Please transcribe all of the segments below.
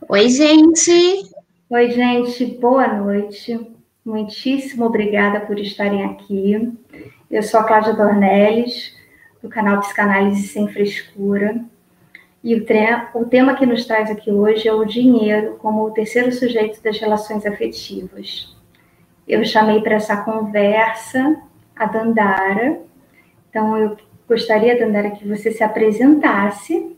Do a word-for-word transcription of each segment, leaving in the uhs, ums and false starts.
Oi, gente! Oi, gente, boa noite. Muitíssimo obrigada por estarem aqui. Eu sou a Cláudia Dornelles, do canal Psicanálise Sem Frescura. E o, o tema que nos traz aqui hoje é o dinheiro como o terceiro sujeito das relações afetivas. Eu chamei para essa conversa a Dandara. Então, eu gostaria, Dandara, que você se apresentasse.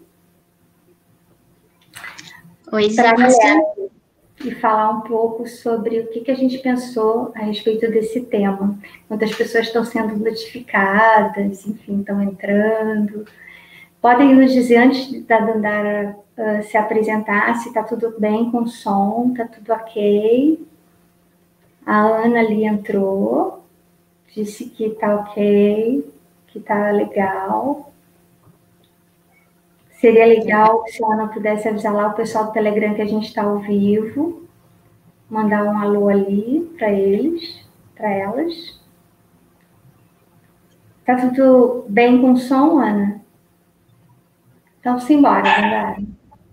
Oi, gente! E falar um pouco sobre o que, que a gente pensou a respeito desse tema. Quantas pessoas estão sendo notificadas, enfim, estão entrando. Podem nos dizer, antes da Dandara uh, se apresentar, se está tudo bem com o som, está tudo ok. A Ana ali entrou, disse que está ok, que está legal. Seria legal se a Ana pudesse avisar lá o pessoal do Telegram que a gente está ao vivo. Mandar um alô ali para eles, para elas. Tá tudo bem com o som, Ana? Então, simbora, Dandara.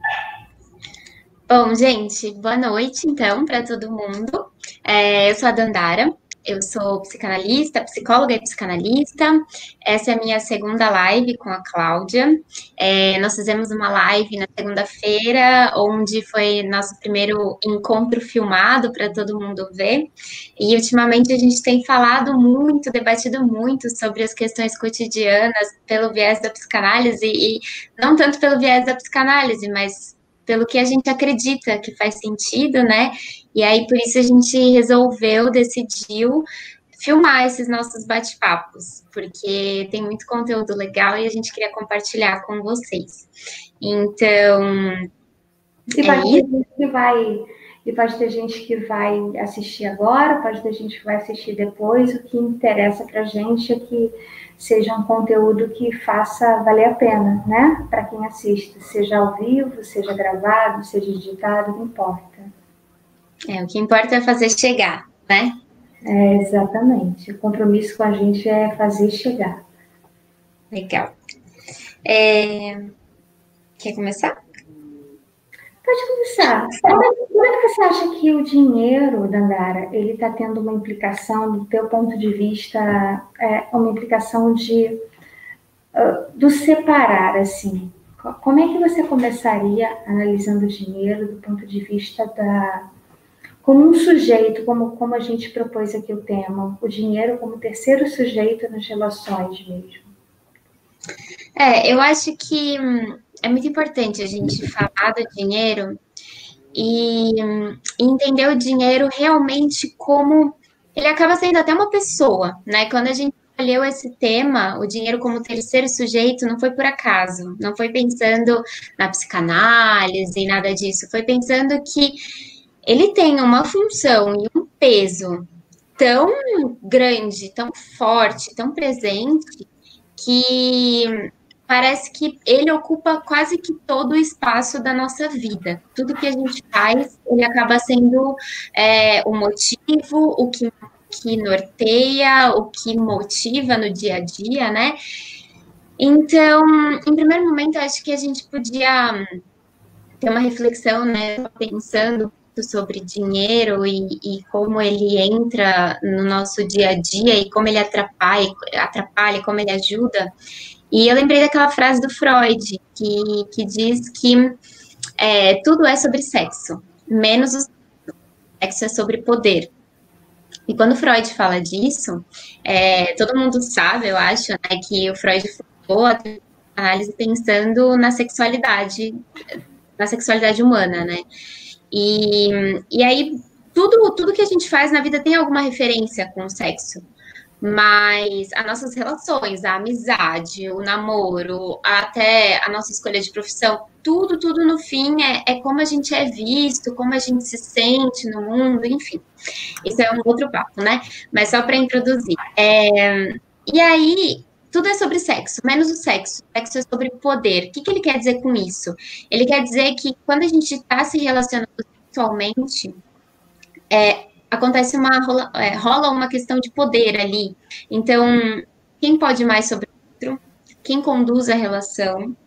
Bom, gente, boa noite, então, para todo mundo. É, eu sou a Dandara, eu sou psicanalista, psicóloga e psicanalista. Essa é a minha segunda live com a Cláudia. É, nós fizemos uma live na segunda-feira, onde foi nosso primeiro encontro filmado para todo mundo ver. E ultimamente a gente tem falado muito, debatido muito sobre as questões cotidianas pelo viés da psicanálise, e não tanto pelo viés da psicanálise, mas pelo que a gente acredita que faz sentido, né? E aí, por isso, a gente resolveu, decidiu filmar esses nossos bate-papos, porque tem muito conteúdo legal e a gente queria compartilhar com vocês. Então, e é pode isso. ter gente que vai, e pode ter gente que vai assistir agora, pode ter gente que vai assistir depois. O que interessa para a gente é que seja um conteúdo que faça valer a pena, né? Para quem assiste, seja ao vivo, seja gravado, seja editado, não importa. É, o que importa é fazer chegar, né? É, exatamente. O compromisso com a gente é fazer chegar. Legal. É... Quer começar? Pode começar. Como é, como é que você acha que o dinheiro, Dandara, ele está tendo uma implicação, do teu ponto de vista, é, uma implicação de uh, do separar, assim? Como é que você começaria analisando o dinheiro do ponto de vista da como um sujeito, como, como a gente propôs aqui o tema, o dinheiro como terceiro sujeito nas relações mesmo? É, eu acho que hum, é muito importante a gente falar do dinheiro e, hum, entender o dinheiro realmente como ele acaba sendo até uma pessoa, né? Quando a gente escolheu esse tema, o dinheiro como terceiro sujeito, não foi por acaso, não foi pensando na psicanálise, nada disso, foi pensando que ele tem uma função e um peso tão grande, tão forte, tão presente, que parece que ele ocupa quase que todo o espaço da nossa vida. Tudo que a gente faz, ele acaba sendo é, o motivo, o que, que norteia, o que motiva no dia a dia, né? Então, em primeiro momento, eu acho que a gente podia ter uma reflexão, né? Pensando sobre dinheiro e, e como ele entra no nosso dia a dia e como ele atrapalha, atrapalha, como ele ajuda. E eu lembrei daquela frase do Freud, que, que diz que é, tudo é sobre sexo, menos o sexo é sobre poder. E quando Freud fala disso, é, todo mundo sabe, eu acho, né, que o Freud fundou a análise pensando na sexualidade, na sexualidade humana, né? E, e aí, tudo, tudo que a gente faz na vida tem alguma referência com o sexo. Mas as nossas relações, a amizade, o namoro, até a nossa escolha de profissão, tudo, tudo no fim é, é como a gente é visto, como a gente se sente no mundo, enfim. Isso é um outro papo, né? Mas só para introduzir. É, e aí, tudo é sobre sexo, menos o sexo. O sexo é sobre poder. O que, que ele quer dizer com isso? Ele quer dizer que quando a gente está se relacionando sexualmente, é, acontece uma rola, é, rola uma questão de poder ali. Então, quem pode mais sobre o outro? Quem conduz a relação?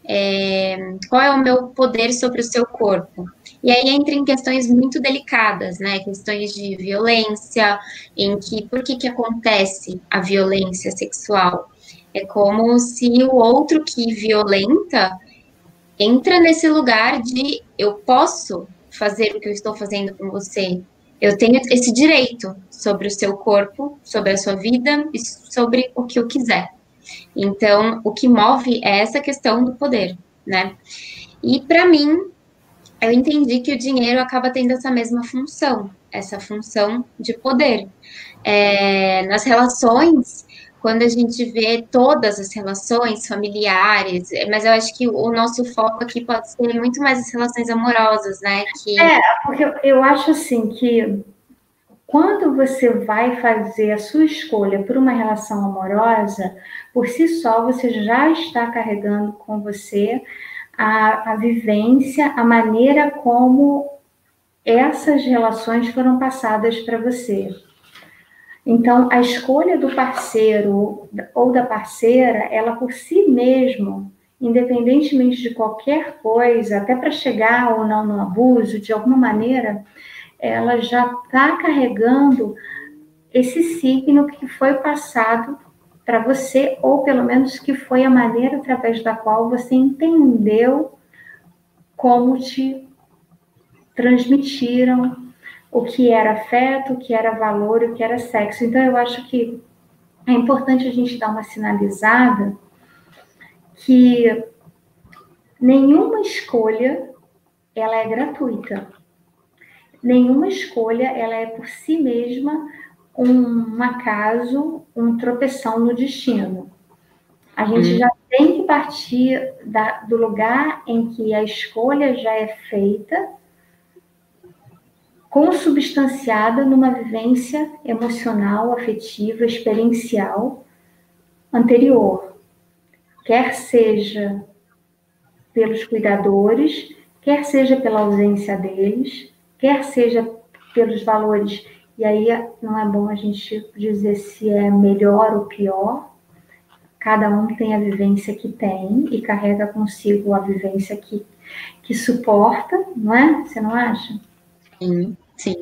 É, qual é o meu poder sobre o seu corpo? E aí entra em questões muito delicadas, né? Questões de violência, em que por que que acontece a violência sexual? É como se o outro que violenta entra nesse lugar de eu posso fazer o que eu estou fazendo com você. Eu tenho esse direito sobre o seu corpo, sobre a sua vida e sobre o que eu quiser. Então, o que move é essa questão do poder, né? E para mim, eu entendi que o dinheiro acaba tendo essa mesma função, essa função de poder. É, nas relações, quando a gente vê todas as relações familiares, mas eu acho que o nosso foco aqui pode ser muito mais as relações amorosas, né? Que É, porque eu, eu acho assim que quando você vai fazer a sua escolha por uma relação amorosa, por si só você já está carregando com você a, a vivência, a maneira como essas relações foram passadas para você. Então, a escolha do parceiro ou da parceira, ela por si mesmo, independentemente de qualquer coisa, até para chegar ou não no abuso, de alguma maneira, ela já está carregando esse signo que foi passado para você, ou pelo menos que foi a maneira através da qual você entendeu como te transmitiram o que era afeto, o que era valor e o que era sexo. Então, eu acho que é importante a gente dar uma sinalizada que nenhuma escolha ela é gratuita. Nenhuma escolha ela é por si mesma um acaso, um tropeção no destino. A gente hum, já tem que partir da, do lugar em que a escolha já é feita, consubstanciada numa vivência emocional, afetiva, experiencial anterior, quer seja pelos cuidadores, quer seja pela ausência deles, quer seja pelos valores. E aí não é bom a gente dizer se é melhor ou pior. Cada um tem a vivência que tem e carrega consigo a vivência que, que suporta, não é? Você não acha? sim, sim.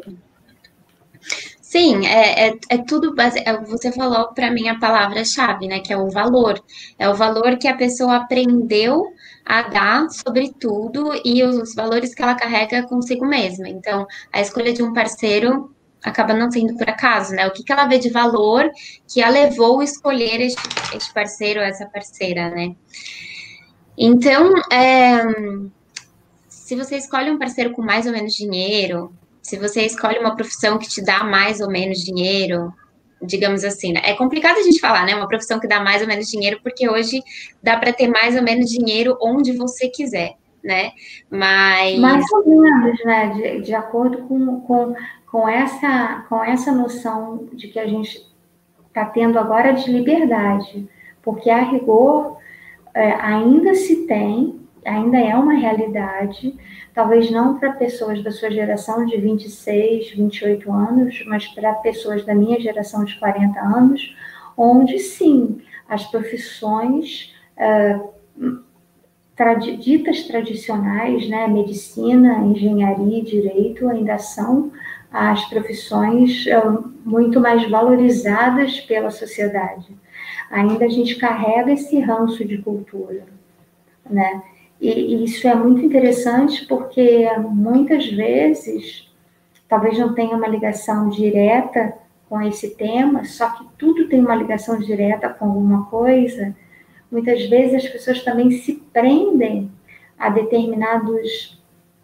Sim, é, é, é tudo base... é, você falou para mim a palavra-chave, né? Que é o valor. É o valor que a pessoa aprendeu a dar sobre tudo e os valores que ela carrega consigo mesma. Então, a escolha de um parceiro acaba não sendo por acaso, né? O que, que ela vê de valor que a levou a escolher este, este parceiro ou essa parceira, né? Então, é, se você escolhe um parceiro com mais ou menos dinheiro, se você escolhe uma profissão que te dá mais ou menos dinheiro, digamos assim, né? É complicado a gente falar, né? Uma profissão que dá mais ou menos dinheiro, porque hoje dá para ter mais ou menos dinheiro onde você quiser, né? Mas Mais ou menos, né? De, de acordo com, com, com, essa, com essa noção de que a gente está tendo agora de liberdade. Porque, a rigor, é, ainda se tem, ainda é uma realidade, talvez não para pessoas da sua geração de vinte e seis, vinte e oito anos, mas para pessoas da minha geração de quarenta anos, onde sim, as profissões uh, trad- ditas tradicionais, né, medicina, engenharia e direito, ainda são as profissões uh, muito mais valorizadas pela sociedade. Ainda a gente carrega esse ranço de cultura, né? E, e isso é muito interessante porque muitas vezes, talvez não tenha uma ligação direta com esse tema, só que tudo tem uma ligação direta com alguma coisa. Muitas vezes as pessoas também se prendem a determinados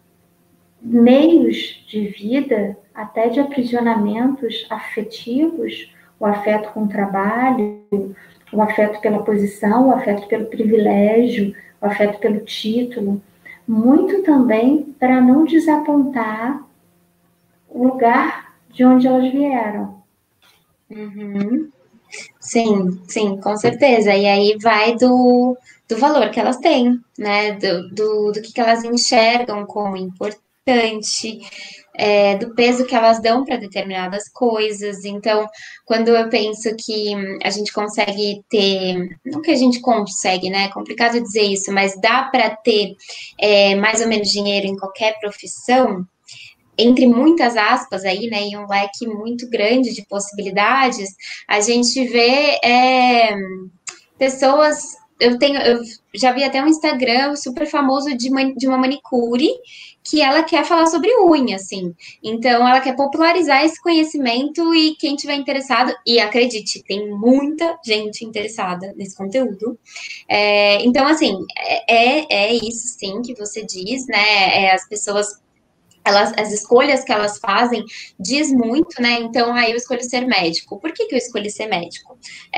meios de vida, até de aprisionamentos afetivos, o afeto com o trabalho, o afeto pela posição, o afeto pelo privilégio, o afeto pelo título, muito também para não desapontar o lugar de onde elas vieram. uhum, sim, sim, com certeza. E aí vai do, do valor que elas têm, né? Do, do, do que, que elas enxergam como importante. bastante é, do peso que elas dão para determinadas coisas. Então, quando eu penso que a gente consegue ter, não que a gente consegue, né? É complicado dizer isso, mas dá para ter é, mais ou menos dinheiro em qualquer profissão, entre muitas aspas aí, né, em um leque muito grande de possibilidades, a gente vê é, pessoas. Eu tenho, eu já vi até um Instagram super famoso de, de uma manicure que ela quer falar sobre unha, assim. Então, ela quer popularizar esse conhecimento e quem tiver interessado, e acredite, tem muita gente interessada nesse conteúdo. É, então, assim, é, é, é isso sim que você diz, né? É, as pessoas elas, as escolhas que elas fazem diz muito, né? Então, aí eu escolho ser médico. Por que, que eu escolhi ser médico?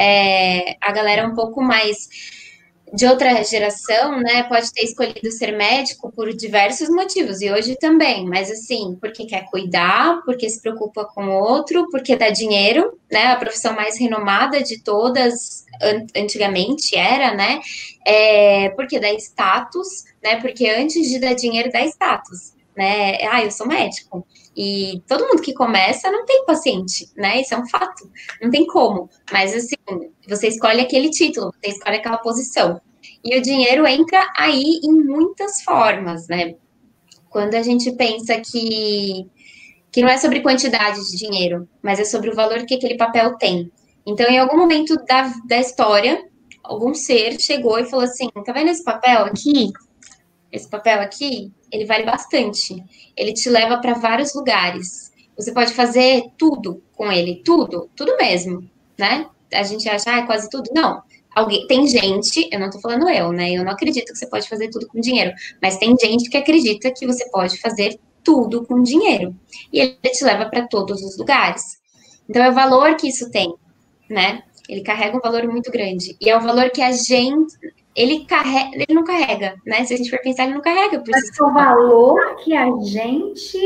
É, a galera um pouco mais de outra geração, né, pode ter escolhido ser médico por diversos motivos, e hoje também, mas assim, porque quer cuidar, porque se preocupa com o outro, porque dá dinheiro, né, a profissão mais renomada de todas, antigamente era, né, é, porque dá status, né, porque antes de dar dinheiro dá status, né, ah, eu sou médico, e todo mundo que começa não tem paciente, né, isso é um fato, não tem como, mas assim, você escolhe aquele título, você escolhe aquela posição. E o dinheiro entra aí em muitas formas, né? Quando a gente pensa que, que não é sobre quantidade de dinheiro, mas é sobre o valor que aquele papel tem. Então, em algum momento da, da história, algum ser chegou e falou assim: tá vendo esse papel aqui? Esse papel aqui, ele vale bastante. Ele te leva para vários lugares. Você pode fazer tudo com ele, tudo, tudo mesmo, né? A gente acha, ah, é quase tudo. Não. Alguém, tem gente, eu não tô falando eu, né? Eu não acredito que você pode fazer tudo com dinheiro, mas tem gente que acredita que você pode fazer tudo com dinheiro. E ele te leva para todos os lugares. Então é o valor que isso tem, né? Ele carrega um valor muito grande. E é o valor que a gente. Ele, carrega, ele não carrega, né? Se a gente for pensar, ele não carrega por Mas si é o só. valor que a gente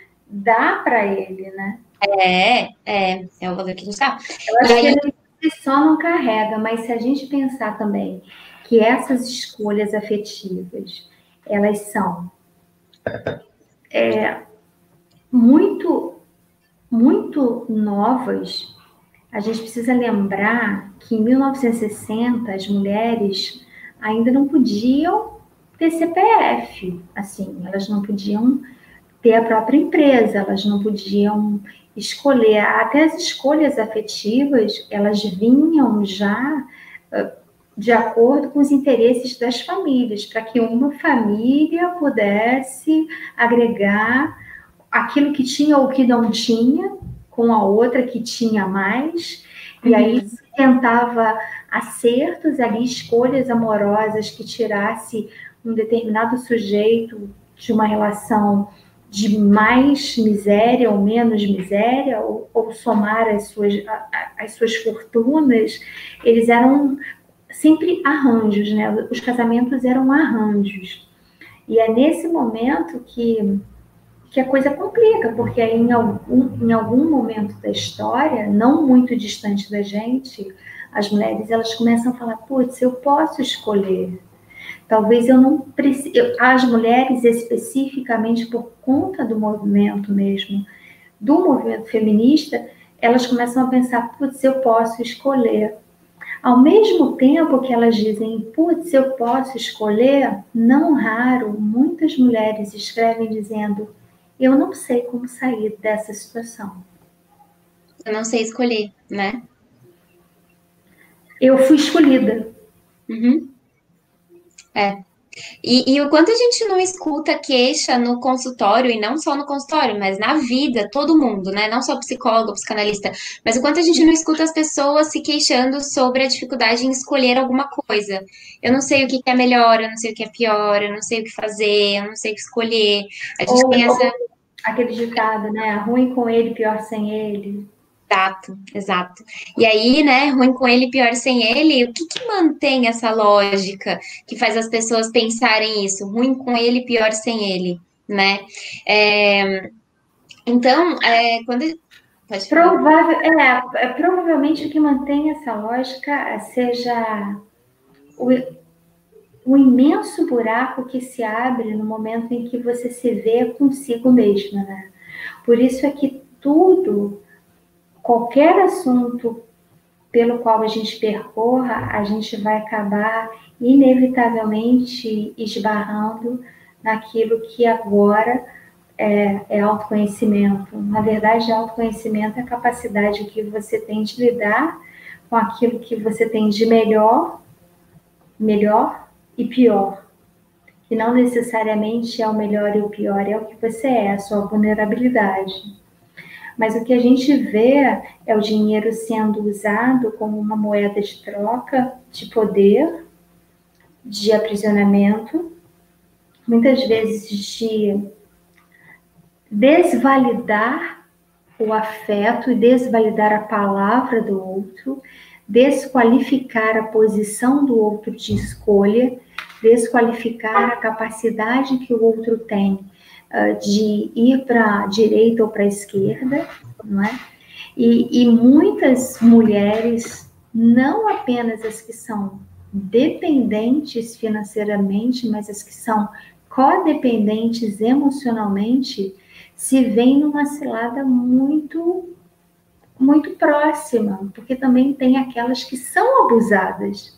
dá para ele, né? É, é, é o valor que a gente dá. Eu E acho que aí, ele só não carrega, mas se a gente pensar também que essas escolhas afetivas, elas são muito, muito novas, a gente precisa lembrar que em mil novecentos e sessenta as mulheres ainda não podiam ter C P F, assim, elas não podiam ter a própria empresa, elas não podiam escolher, até as escolhas afetivas, elas vinham já de acordo com os interesses das famílias, para que uma família pudesse agregar aquilo que tinha ou que não tinha, com a outra que tinha mais, e aí uhum, se tentava acertos ali, escolhas amorosas que tirasse um determinado sujeito de uma relação de mais miséria ou menos miséria, ou, ou somar as suas, as suas fortunas, eles eram sempre arranjos, né? Os casamentos eram arranjos. E é nesse momento que que a coisa complica, porque aí em algum, em algum momento da história, não muito distante da gente, as mulheres elas começam a falar, putz, eu posso escolher. Talvez eu não precise. As mulheres, especificamente por conta do movimento mesmo, do movimento feminista, elas começam a pensar, putz, eu posso escolher. Ao mesmo tempo que elas dizem, putz, eu posso escolher, não raro, muitas mulheres escrevem dizendo, eu não sei como sair dessa situação. eu não sei escolher, né? Eu fui escolhida. Uhum, é. E, e o quanto a gente não escuta queixa no consultório, e não só no consultório, mas na vida, todo mundo, né? Não só psicólogo, psicanalista, mas o quanto a gente não escuta as pessoas se queixando sobre a dificuldade em escolher alguma coisa. Eu não sei o que é melhor, eu não sei o que é pior, eu não sei o que fazer, eu não sei o que escolher. A gente Ou, tem essa. ou aquele ditado, né? Ruim com ele, pior sem ele. Exato, exato. E aí, né, ruim com ele, pior sem ele, o que que mantém essa lógica que faz as pessoas pensarem isso? Ruim com ele, pior sem ele, né? É, então, é, quando. Pode falar. Provável, é, é, provavelmente o que mantém essa lógica seja o, um imenso buraco que se abre no momento em que você se vê consigo mesma, né? Por isso é que tudo, qualquer assunto pelo qual a gente percorra, a gente vai acabar inevitavelmente esbarrando naquilo que agora é, é autoconhecimento. Na verdade, autoconhecimento é a capacidade que você tem de lidar com aquilo que você tem de melhor, melhor e pior. E não necessariamente é o melhor e o pior, é o que você é, a sua vulnerabilidade. Mas o que a gente vê é o dinheiro sendo usado como uma moeda de troca, de poder, de aprisionamento, muitas vezes de desvalidar o afeto e desvalidar a palavra do outro, desqualificar a posição do outro de escolha, desqualificar a capacidade que o outro tem uh, de ir para a direita ou para a esquerda, não é? E, e muitas mulheres, não apenas as que são dependentes financeiramente, mas as que são codependentes emocionalmente, se veem numa cilada muito muito próxima, porque também tem aquelas que são abusadas.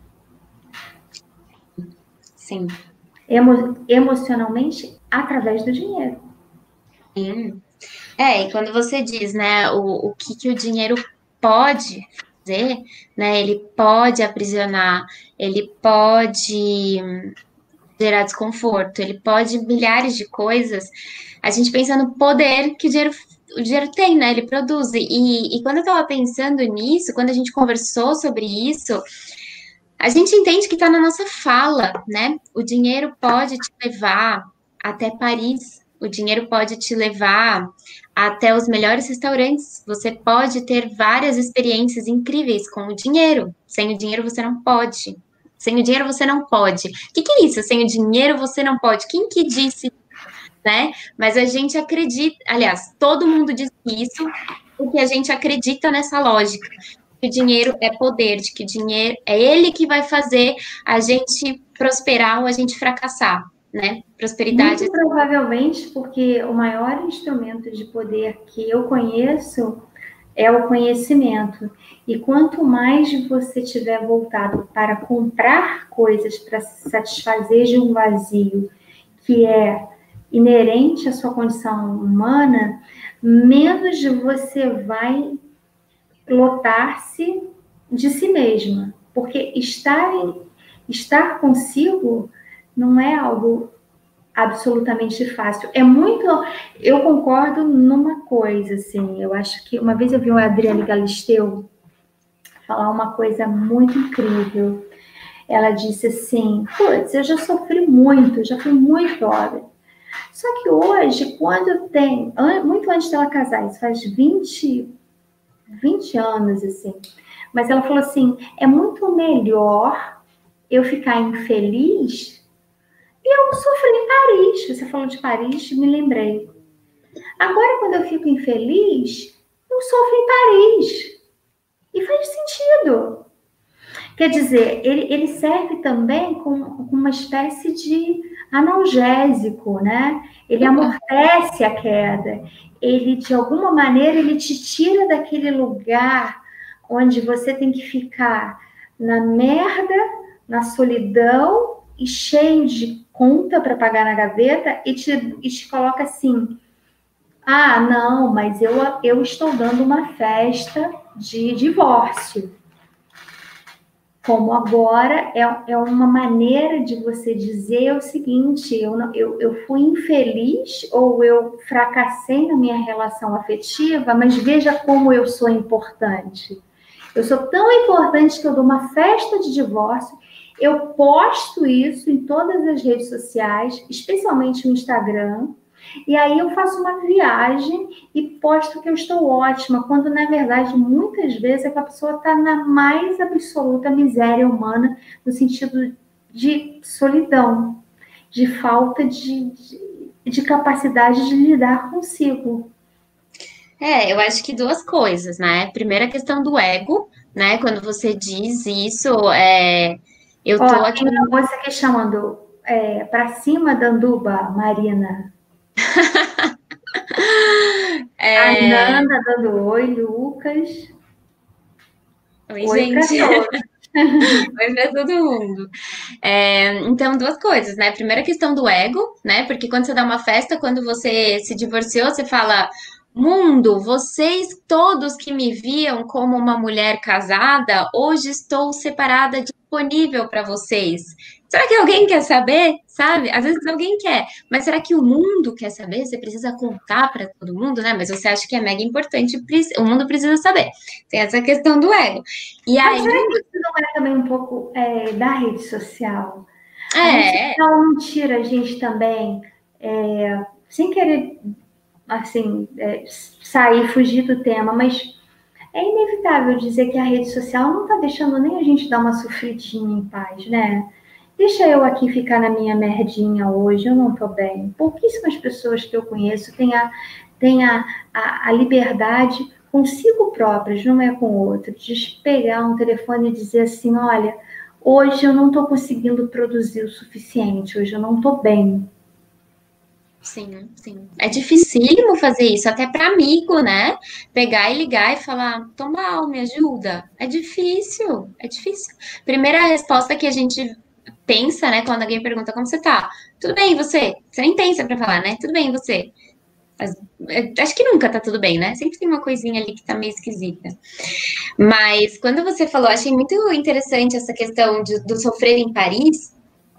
Sim. Emo, emocionalmente, através do dinheiro. Sim. É, e quando você diz, né, o, o que, que o dinheiro pode fazer, né, ele pode aprisionar, ele pode gerar desconforto, ele pode milhares de coisas, a gente pensa no poder que o dinheiro, o dinheiro tem, né, ele produz, e, e quando eu estava pensando nisso, quando a gente conversou sobre isso, a gente entende que está na nossa fala, né, o dinheiro pode te levar até Paris, o dinheiro pode te levar até os melhores restaurantes. Você pode ter várias experiências incríveis com o dinheiro. Sem o dinheiro você não pode. Sem o dinheiro você não pode. O que, que é isso? Sem o dinheiro você não pode. Quem que disse, né? Mas a gente acredita, aliás, todo mundo diz isso porque a gente acredita nessa lógica. Que o dinheiro é poder, de que o dinheiro é ele que vai fazer a gente prosperar ou a gente fracassar. Né? Prosperidade. Muito provavelmente porque o maior instrumento de poder que eu conheço é o conhecimento. E quanto mais você tiver voltado para comprar coisas para satisfazer de um vazio que é inerente à sua condição humana, menos você vai lotar-se de si mesma. Porque estar, em, estar consigo não é algo absolutamente fácil. É muito... Eu concordo numa coisa, assim, eu acho que... Uma vez eu vi a Adriane Galisteu falar uma coisa muito incrível. Ela disse assim, putz, eu já sofri muito, já fui muito pobre. Só que hoje, quando tem... Muito antes dela casar, isso faz vinte, vinte anos, assim. Mas ela falou assim, é muito melhor eu ficar infeliz. E eu sofri em Paris. Você falou de Paris, me lembrei. Agora, quando eu fico infeliz, eu sofro em Paris. E faz sentido. Quer dizer, ele, ele serve também como uma espécie de analgésico, né? Ele amortece a queda. Ele, de alguma maneira, ele te tira daquele lugar onde você tem que ficar na merda, na solidão e cheio de conta para pagar na gaveta e te, e te coloca assim, ah, não, mas eu, eu estou dando uma festa de divórcio. Como agora é, é uma maneira de você dizer o seguinte, eu, eu, eu fui infeliz ou eu fracassei na minha relação afetiva, mas veja como eu sou importante. Eu sou tão importante que eu dou uma festa de divórcio. Eu posto isso em todas as redes sociais, especialmente no Instagram, e aí eu faço uma viagem e posto que eu estou ótima, quando na verdade muitas vezes a pessoa está na mais absoluta miséria humana, no sentido de solidão, de falta de, de, de capacidade de lidar consigo. É, eu acho que duas coisas, né? Primeiro a questão do ego, né? Quando você diz isso, é, Eu Ó, tô tem aqui. uma moça aqui chamando é, para cima da Anduba, Marina. A É... Nanda dando oi, Lucas. Oi, Oi para gente. todos. Oi pra todo mundo. É, então, duas coisas, né? Primeira questão do ego, né? Porque quando você dá uma festa, quando você se divorciou, você fala: Mundo, vocês todos que me viam como uma mulher casada, hoje estou separada, disponível para vocês. Será que alguém quer saber? Sabe? Às vezes alguém quer, mas será que o mundo quer saber? Você precisa contar para todo mundo, né? Mas você acha que é mega importante, o mundo precisa saber. Tem essa questão do ego. E Mas aí, será que isso não é também um pouco é, da rede social? A rede é, social não tira a gente também, é, sem querer, assim, é, sair, fugir do tema, mas é inevitável dizer que a rede social não está deixando nem a gente dar uma sofridinha em paz, né? Deixa eu aqui ficar na minha merdinha hoje, eu não tô bem. Pouquíssimas pessoas que eu conheço têm a, têm a, a, a liberdade consigo próprias, não é com outro, de pegar um telefone e dizer assim, olha, hoje eu não estou conseguindo produzir o suficiente, hoje eu não estou bem. sim, sim. É dificílimo fazer isso, até para amigo, né? Pegar e ligar e falar, tô mal, me ajuda. É difícil, é difícil. Primeira resposta que a gente pensa, né, quando alguém pergunta como você tá? Tudo bem, e você? Você nem pensa pra falar, né? Tudo bem, e você? Mas, é, acho que nunca tá tudo bem, né? Sempre tem uma coisinha ali que tá meio esquisita. Mas quando você falou, achei muito interessante essa questão de- do sofrer em Paris,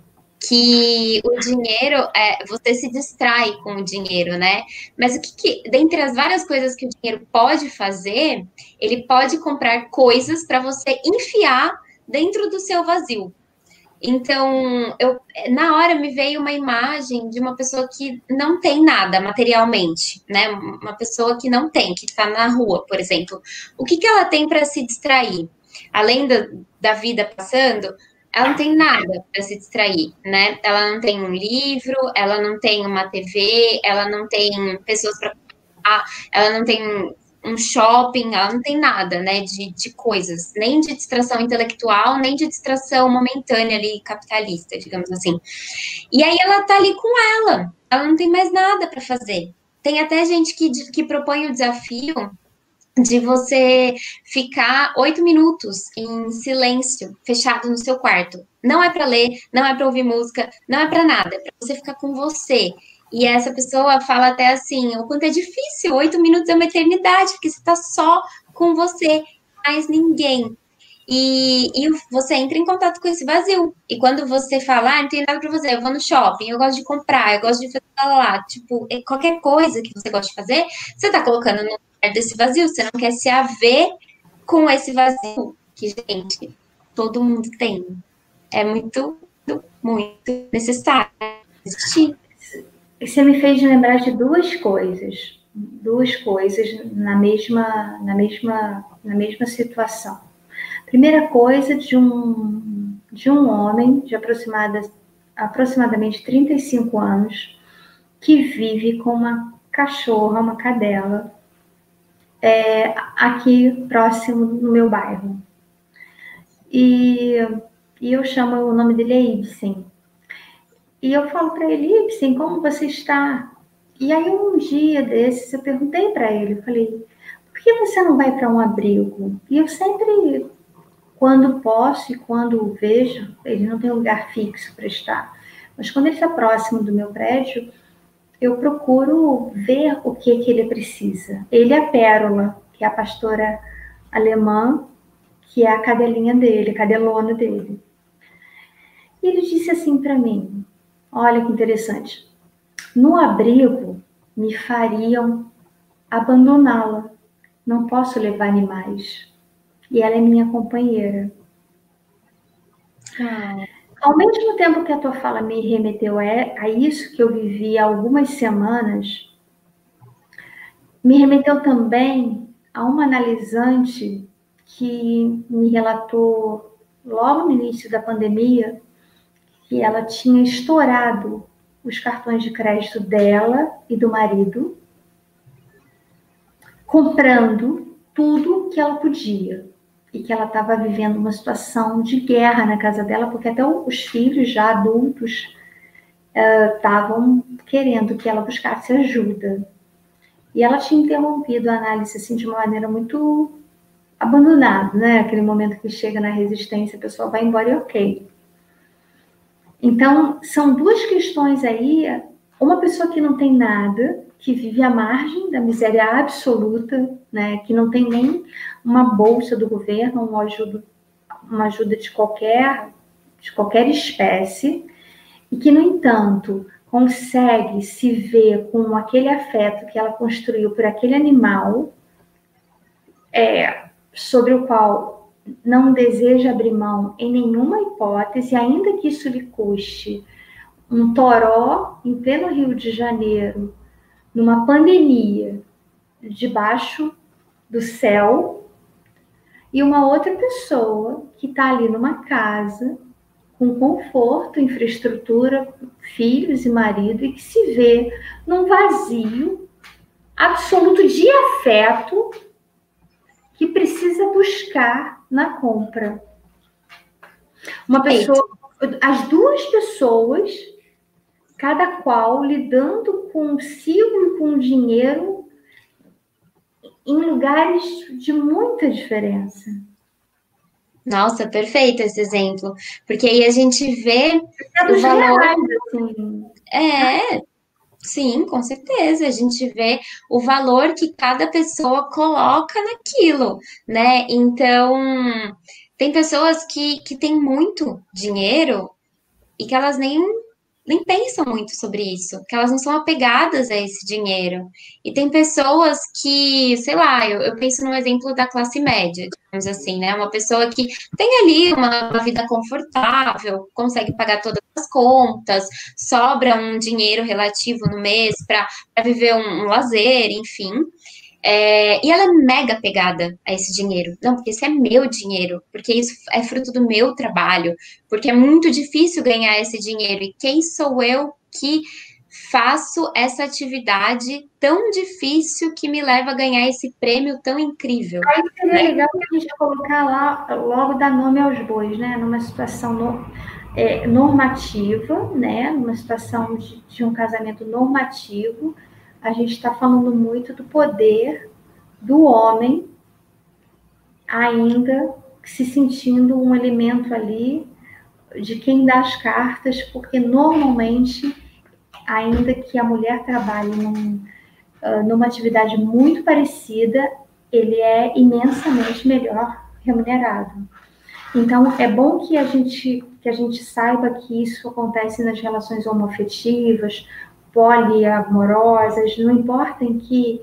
que o dinheiro, é, você se distrai com o dinheiro, né? Mas o que, que dentre as várias coisas que o dinheiro pode fazer, ele pode comprar coisas para você enfiar dentro do seu vazio. Então, eu, na hora me veio uma imagem de uma pessoa que não tem nada materialmente, né? Uma pessoa que não tem, que está na rua, por exemplo. O que, que ela tem para se distrair? Além da, da vida passando, ela não tem nada para se distrair, né? Ela não tem um livro, ela não tem uma T V, ela não tem pessoas para, ela não tem um shopping, ela não tem nada, né, de, de coisas, nem de distração intelectual, nem de distração momentânea ali, capitalista, digamos assim. E aí ela tá ali com ela, ela não tem mais nada para fazer. Tem até gente que, que propõe o desafio de você ficar oito minutos em silêncio, fechado no seu quarto. Não é para ler, não é para ouvir música, não é para nada, é para você ficar com você. E essa pessoa fala até assim: o quanto é difícil, oito minutos é uma eternidade, porque você está só com você, mais ninguém. E, e você entra em contato com esse vazio. E quando você fala, ah, não tem nada pra fazer, eu vou no shopping, eu gosto de comprar, eu gosto de fazer lá, lá, tipo, qualquer coisa que você gosta de fazer, você tá colocando no lugar desse vazio, você não quer se haver com esse vazio que, gente, todo mundo tem. É muito, muito necessário existir. Você me fez lembrar de duas coisas, duas coisas na mesma, na mesma, na mesma situação. Primeira coisa de um, de um homem de aproximada, aproximadamente trinta e cinco anos que vive com uma cachorra, uma cadela, é, aqui próximo no meu bairro. E, e eu chamo, o nome dele é Ibsen. E eu falo para ele, Ibsen, como você está? E aí um dia desses eu perguntei para ele, eu falei, por que você não vai para um abrigo? E eu sempre, quando posso e quando vejo, ele não tem lugar fixo para estar, mas quando ele está próximo do meu prédio, eu procuro ver o que, que ele precisa. Ele é a Pérola, que é a pastora alemã, que é a cadelinha dele, a cadelona dele. E ele disse assim para mim, olha que interessante, no abrigo me fariam abandoná-la. Não posso levar animais. E ela é minha companheira. Ah, Ao mesmo tempo que a tua fala me remeteu a isso que eu vivi há algumas semanas, me remeteu também a uma analisante que me relatou logo no início da pandemia que ela tinha estourado os cartões de crédito dela e do marido, comprando tudo que ela podia. e que ela estava vivendo uma situação de guerra na casa dela, porque até os filhos já adultos estavam uh, querendo que ela buscasse ajuda. E ela tinha interrompido a análise assim, de uma maneira muito abandonada, né? Aquele momento que chega na resistência, a pessoa vai embora e ok. Então, são duas questões aí. Uma pessoa que não tem nada, que vive à margem da miséria absoluta, né? Que não tem nem uma bolsa do governo, uma ajuda, uma ajuda de qualquer, de qualquer espécie, e que, no entanto, consegue se ver com aquele afeto que ela construiu por aquele animal, é, sobre o qual não deseja abrir mão em nenhuma hipótese, ainda que isso lhe custe um toró em pleno Rio de Janeiro, numa pandemia, debaixo do céu, e uma outra pessoa que está ali numa casa, com conforto, infraestrutura, filhos e marido, e que se vê num vazio absoluto de afeto que precisa buscar na compra. Uma pessoa, as duas pessoas, cada qual lidando consigo e com o dinheiro em lugares de muita diferença. Nossa, perfeito esse exemplo, porque aí a gente vê é o valor. Reais, assim. É, sim, com certeza. A gente vê o valor que cada pessoa coloca naquilo, né? Então, tem pessoas que, que têm muito dinheiro e que elas nem nem pensam muito sobre isso, que elas não são apegadas a esse dinheiro. E tem pessoas que, sei lá, eu, eu penso no exemplo da classe média, digamos assim, né? Uma pessoa que tem ali uma, uma vida confortável, consegue pagar todas as contas, sobra um dinheiro relativo no mês para viver um, um lazer, enfim. É, e ela é mega pegada a esse dinheiro. Não, porque esse é meu dinheiro, porque isso é fruto do meu trabalho, porque é muito difícil ganhar esse dinheiro. E quem sou eu que faço essa atividade tão difícil que me leva a ganhar esse prêmio tão incrível? Aí seria né? legal a gente colocar lá, logo dar nome aos bois, né? Numa situação no, é, normativa, né? Numa situação de, de um casamento normativo. A gente está falando muito do poder do homem ainda se sentindo um elemento ali de quem dá as cartas, porque normalmente, ainda que a mulher trabalhe num, numa atividade muito parecida, ele é imensamente melhor remunerado. Então, é bom que a gente, que a gente saiba que isso acontece nas relações homoafetivas, poliamorosas, não importa em que,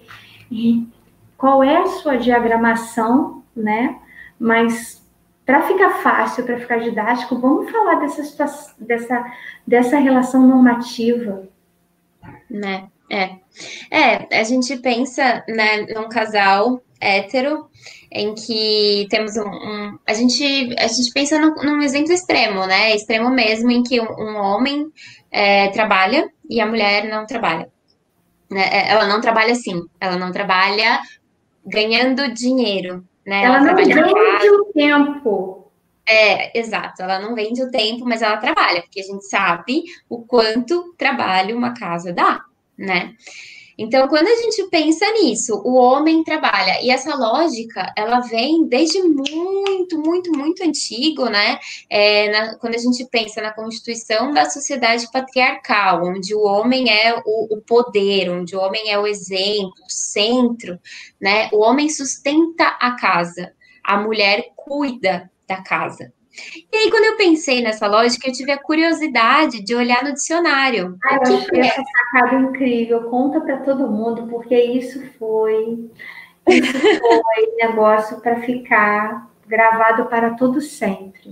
qual é a sua diagramação, né? Mas, para ficar fácil, para ficar didático, vamos falar dessa, dessa, dessa relação normativa. Né? É. É, a gente pensa, né, num casal hétero em que temos um, um a gente a gente pensa num, num exemplo extremo, né, extremo mesmo, em que um, um homem é, trabalha e a mulher não trabalha, né? Ela não trabalha assim, ela não trabalha ganhando dinheiro, né? Ela, ela não vende o tempo. É, exato, ela não vende o tempo, mas ela trabalha, porque a gente sabe o quanto trabalho uma casa dá, né? Então, quando a gente pensa nisso, o homem trabalha, e essa lógica, ela vem desde muito, muito, muito antigo, né? É, na, quando a gente pensa na constituição da sociedade patriarcal, onde o homem é o, o poder, onde o homem é o exemplo, o centro, né? O homem sustenta a casa, a mulher cuida da casa. E aí, quando eu pensei nessa lógica, eu tive a curiosidade de olhar no dicionário. Ah, eu achei essa sacada incrível. Conta para todo mundo, porque isso foi, isso foi negócio para ficar gravado para todo sempre.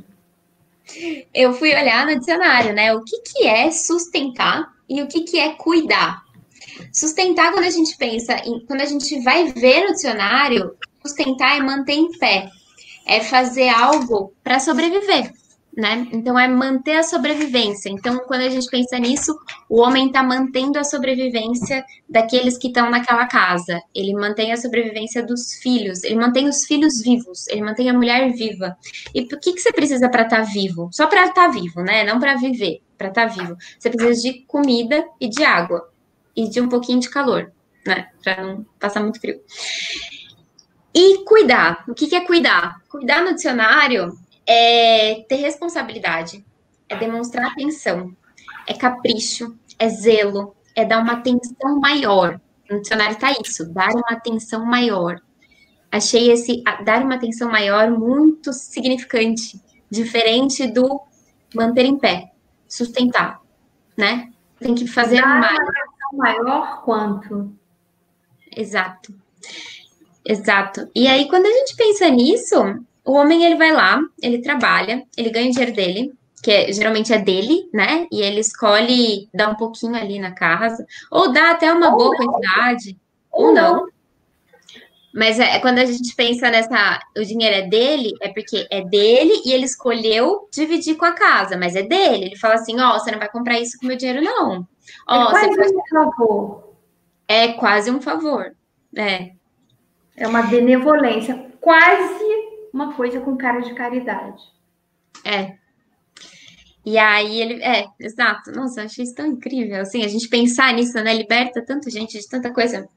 Eu fui olhar no dicionário, né? O que, que é sustentar e o que, que é cuidar. Sustentar, quando a gente pensa, em, quando a gente vai ver no dicionário, sustentar é manter em pé, é fazer algo para sobreviver, né? Então é manter a sobrevivência. Então, quando a gente pensa nisso, o homem está mantendo a sobrevivência daqueles que estão naquela casa. Ele mantém a sobrevivência dos filhos, ele mantém os filhos vivos, ele mantém a mulher viva. E por que que você precisa para estar vivo? Só para estar vivo, né? Não para viver, para estar vivo. Você precisa de comida e de água e de um pouquinho de calor, né? Para não passar muito frio. E cuidar. O que que é cuidar? Cuidar no dicionário é ter responsabilidade, é demonstrar atenção, é capricho, é zelo, é dar uma atenção maior. No dicionário tá isso, dar uma atenção maior. Achei esse a- dar uma atenção maior muito significante, diferente do manter em pé, sustentar, né? Tem que fazer Dar mais. uma atenção maior quanto? Exato, exato. E aí, quando a gente pensa nisso, o homem ele vai lá, ele trabalha, ele ganha o dinheiro dele, que é- geralmente é dele, né? E ele escolhe dar um pouquinho ali na casa, ou dá até uma Ou boa não, quantidade, ou ou não. não. Mas é, é quando a gente pensa nessa, o dinheiro é dele, é porque é dele e ele escolheu dividir com a casa, mas é dele. Ele fala assim, ó, você não vai comprar isso com meu dinheiro, não. É Ó, você quase pode... um favor. É quase um favor. É, É uma benevolência. Quase uma coisa com cara de caridade. é. E aí ele, é, exato. Nossa, eu achei isso tão incrível, assim, a gente pensar nisso, né? Liberta tanta gente de tanta coisa.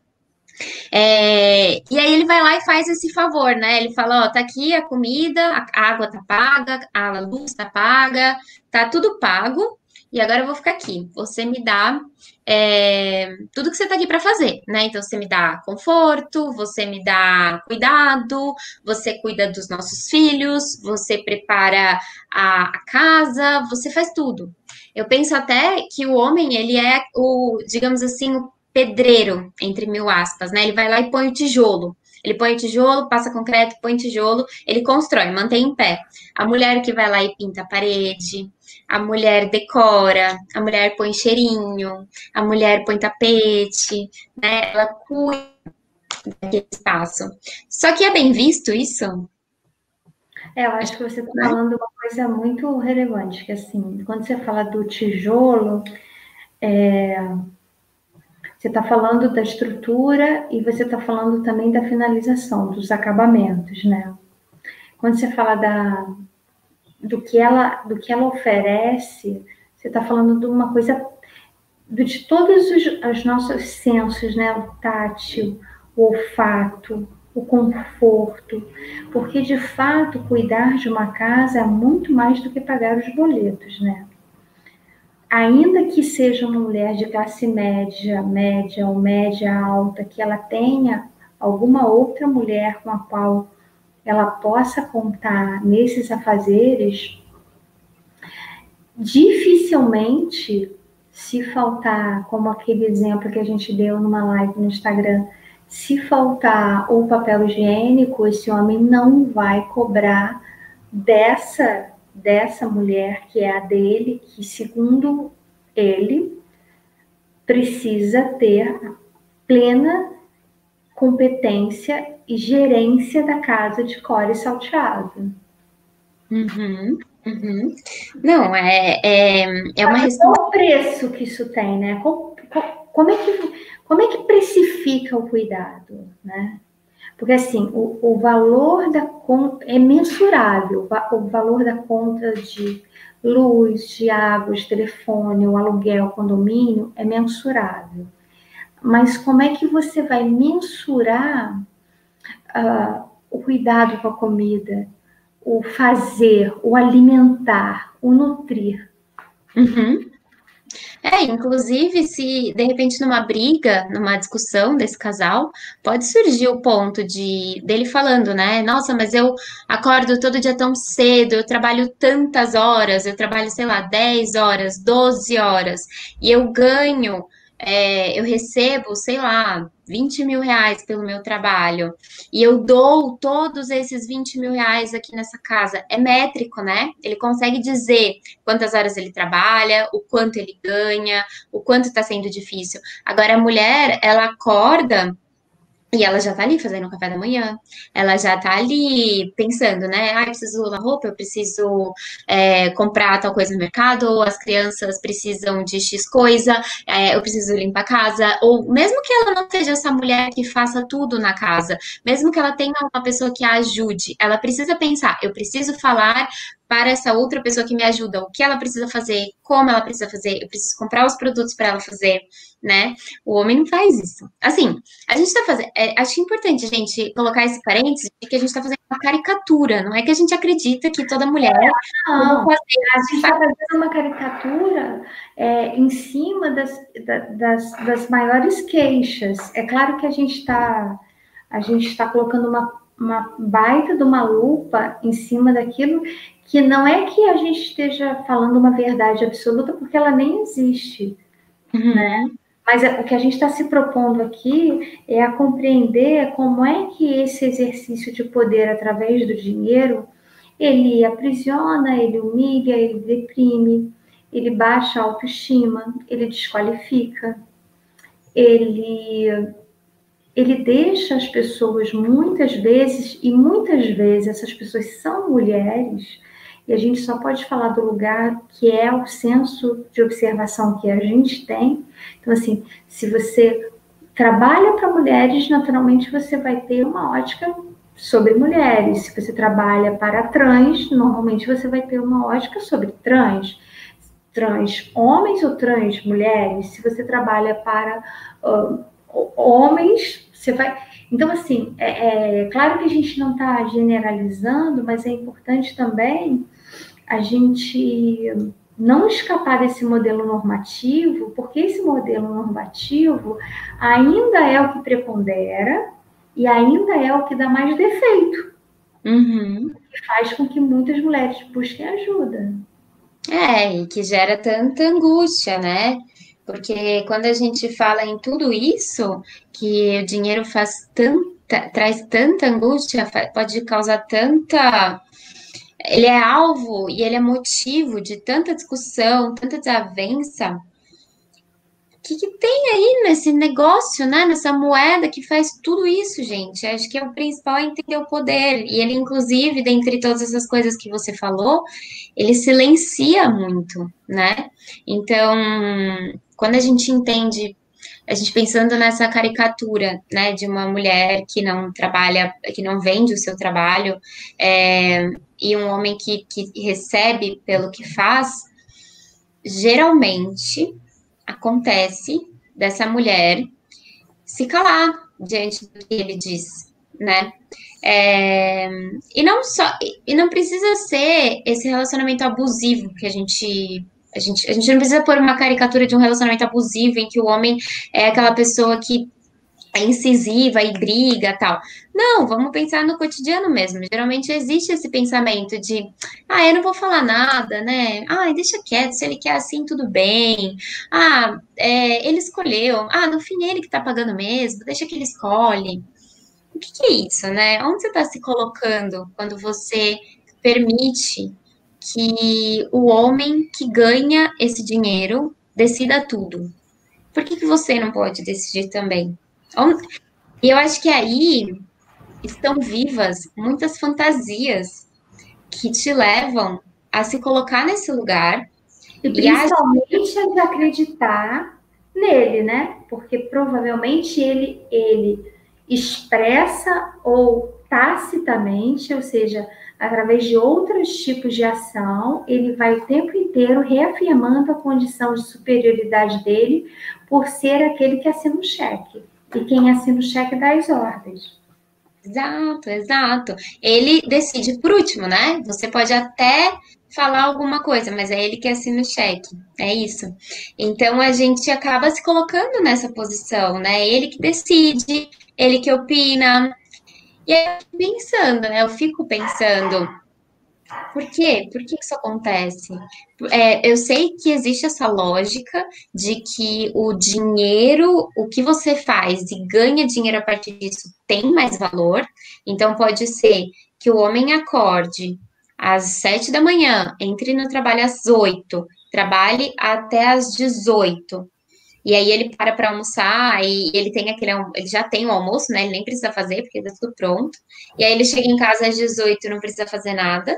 É, e aí ele vai lá e faz esse favor, né? Ele fala, ó, tá aqui a comida, a água tá paga, a luz tá paga, tá tudo pago, e agora eu vou ficar aqui. Você me dá é, tudo que você tá aqui para fazer, né? Então você me dá conforto, você me dá cuidado, você cuida dos nossos filhos, você prepara a, a casa, você faz tudo. Eu penso até que o homem, ele é o, digamos assim, o pedreiro, entre mil aspas, né? Ele vai lá e põe o tijolo. Ele põe o tijolo, passa concreto, põe tijolo, ele constrói, mantém em pé. A mulher que vai lá e pinta a parede, a mulher decora, a mulher põe cheirinho, a mulher põe tapete, né? Ela cuida daquele espaço. Só que é bem visto isso? É, eu acho que você está Né? falando uma coisa muito relevante, que assim, quando você fala do tijolo, é, você está falando da estrutura e você está falando também da finalização, dos acabamentos, né? Quando você fala da, do, que ela, do que ela oferece, você está falando de uma coisa de todos os, os nossos sensos, né? O tátil, o olfato, o conforto, porque de fato cuidar de uma casa é muito mais do que pagar os boletos, né? Ainda que seja uma mulher de classe média, média ou média alta, que ela tenha alguma outra mulher com a qual ela possa contar nesses afazeres, dificilmente, se faltar, como aquele exemplo que a gente deu numa live no Instagram, se faltar o papel higiênico, esse homem não vai cobrar dessa, dessa mulher que é a dele, que segundo ele precisa ter plena competência e gerência da casa de core salteado. Uhum, uhum. Não, é, é, é uma Qual responsabilidade. o preço que isso tem, né? Como, como, é, que, como é que precifica o cuidado, né? Porque, assim, o, o valor da conta é mensurável, o valor da conta de luz, de água, de telefone, o aluguel, o condomínio é mensurável. Mas como é que você vai mensurar uh, o cuidado com a comida, o fazer, o alimentar, o nutrir? Uhum. É, inclusive, se de repente numa briga, numa discussão desse casal, pode surgir o ponto de dele falando, né? Nossa, mas eu acordo todo dia tão cedo, eu trabalho tantas horas, eu trabalho, sei lá, dez horas, doze horas, e eu ganho, é, eu recebo, sei lá, vinte mil reais pelo meu trabalho, e eu dou todos esses vinte mil reais aqui nessa casa. É métrico, né? Ele consegue dizer quantas horas ele trabalha, o quanto ele ganha, o quanto está sendo difícil. Agora, a mulher, ela acorda E ela já tá ali fazendo o café da manhã, ela já tá ali pensando, né? Ah, eu preciso lavar roupa, eu preciso é, comprar tal coisa no mercado, ou as crianças precisam de X coisa, é, eu preciso limpar a casa, ou mesmo que ela não seja essa mulher que faça tudo na casa, mesmo que ela tenha uma pessoa que a ajude, ela precisa pensar, eu preciso falar para essa outra pessoa que me ajuda, o que ela precisa fazer, como ela precisa fazer, eu preciso comprar os produtos para ela fazer, né? O homem não faz isso. Assim, a gente tá fazendo. É, acho importante a gente colocar esse parênteses de que a gente tá fazendo uma caricatura. Não é que a gente acredita que toda mulher Não, fazer a isso gente faz. está fazendo uma caricatura é, em cima das, da- das, das maiores queixas. É claro que a gente está a gente está colocando uma, uma baita de uma lupa em cima daquilo que não é que a gente esteja falando uma verdade absoluta, porque ela nem existe. Uhum, Mas é- o que a gente está se propondo aqui é a compreender como é que esse exercício de poder através do dinheiro ele aprisiona, ele humilha, ele deprime, ele baixa a autoestima, ele desqualifica, ele, ele deixa as pessoas muitas vezes, e muitas vezes essas pessoas são mulheres, e a gente só pode falar do lugar que é o senso de observação que a gente tem. Então, assim, se você trabalha para mulheres, naturalmente você vai ter uma ótica sobre mulheres. Se você trabalha para trans, normalmente você vai ter uma ótica sobre trans. Trans homens ou trans mulheres. Se você trabalha para uh, homens, você vai. Então, assim, é, é claro que a gente não está generalizando, mas é importante também a gente não escapar desse modelo normativo, porque esse modelo normativo ainda é o que prepondera e ainda é o que dá mais defeito, uhum. que faz com que muitas mulheres busquem ajuda. É, e que gera tanta angústia, né? Porque quando a gente fala em tudo isso, que o dinheiro faz tanta, traz tanta angústia, fa- pode causar tanta. Ele é alvo e ele é motivo de tanta discussão, tanta desavença. O que, que tem aí nesse negócio, né? Nessa moeda que faz tudo isso, gente? Acho que é o principal é entender o poder. E ele, inclusive, dentre todas essas coisas que você falou, ele silencia muito, né? Então, quando a gente entende, a gente pensando nessa caricatura, né, de uma mulher que não trabalha, que não vende o seu trabalho, é, e um homem que, que recebe pelo que faz, geralmente acontece dessa mulher se calar diante do que ele diz, né? É, e não só, e não precisa ser esse relacionamento abusivo que a gente, a gente, a gente não precisa pôr uma caricatura de um relacionamento abusivo em que o homem é aquela pessoa que é incisiva e briga tal. Não, vamos pensar no cotidiano mesmo. Geralmente existe esse pensamento de, ah, eu não vou falar nada, né? Ah, deixa quieto, se ele quer assim, tudo bem. Ah, é, ele escolheu. Ah, no fim ele que tá pagando mesmo, deixa que ele escolhe. O que que é isso, né? Onde você está se colocando quando você permite que o homem que ganha esse dinheiro decida tudo? Por que que você não pode decidir também? E eu acho que aí estão vivas muitas fantasias que te levam a se colocar nesse lugar E e a principalmente a de acreditar nele, né? Porque provavelmente ele, ele expressa ou tacitamente, ou seja, através de outros tipos de ação, ele vai o tempo inteiro reafirmando a condição de superioridade dele por ser aquele que assina o cheque. E quem assina o cheque dá as ordens. Exato, exato. Ele decide por último, né? Você pode até falar alguma coisa, mas é ele que assina o cheque. É isso. Então a gente acaba se colocando nessa posição, né? Ele que decide, ele que opina. E aí, eu fico pensando, né? Eu fico pensando, por quê? Por que isso acontece? É, eu sei que existe essa lógica de que o dinheiro, o que você faz e ganha dinheiro a partir disso tem mais valor. Então, pode ser que o homem acorde às sete da manhã, entre no trabalho às oito, trabalhe até às dezoito. E aí ele para para almoçar e ele tem aquele, ele já tem o almoço, né? Ele nem precisa fazer porque tá tudo pronto. E aí ele chega em casa às dezoito, não precisa fazer nada.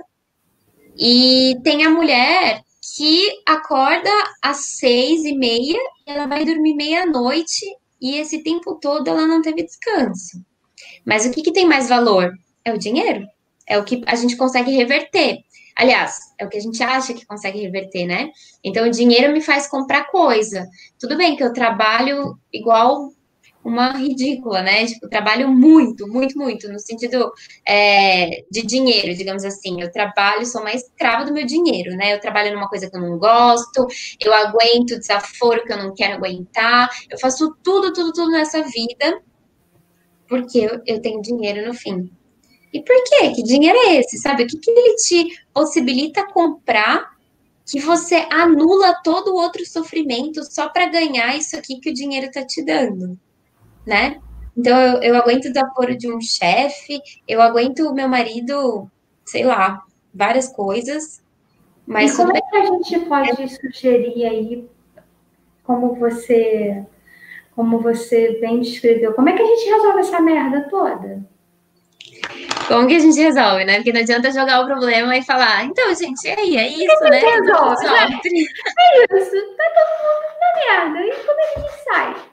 E tem a mulher que acorda às seis e meia e ela vai dormir meia-noite e esse tempo todo ela não teve descanso. Mas o que, que tem mais valor? É o dinheiro. É o que a gente consegue reverter. Aliás, é o que a gente acha que consegue reverter, né? Então, o dinheiro me faz comprar coisa. Tudo bem que eu trabalho igual uma ridícula, né? Tipo, trabalho muito, muito, muito, no sentido é, de dinheiro, digamos assim. Eu trabalho, sou uma escrava do meu dinheiro, né? Eu trabalho numa coisa que eu não gosto, eu aguento desaforo que eu não quero aguentar, eu faço tudo, tudo, tudo nessa vida porque eu, eu tenho dinheiro no fim. E por quê? Que dinheiro é esse? Sabe? O que, que ele te possibilita comprar que você anula todo o outro sofrimento só para ganhar isso aqui que o dinheiro está te dando, né? Então eu, eu aguento o desaforo de um chefe, eu aguento o meu marido, sei lá, várias coisas, E mas tudo como é bem. que a gente pode sugerir aí, como você, como você bem descreveu, como é que a gente resolve essa merda toda? Como que a gente resolve, né? Porque não adianta jogar o problema e falar, então, gente, e aí, é isso, né? Tudo Resolve, já sofre. é isso, tá todo mundo na merda. E como é que a gente sai?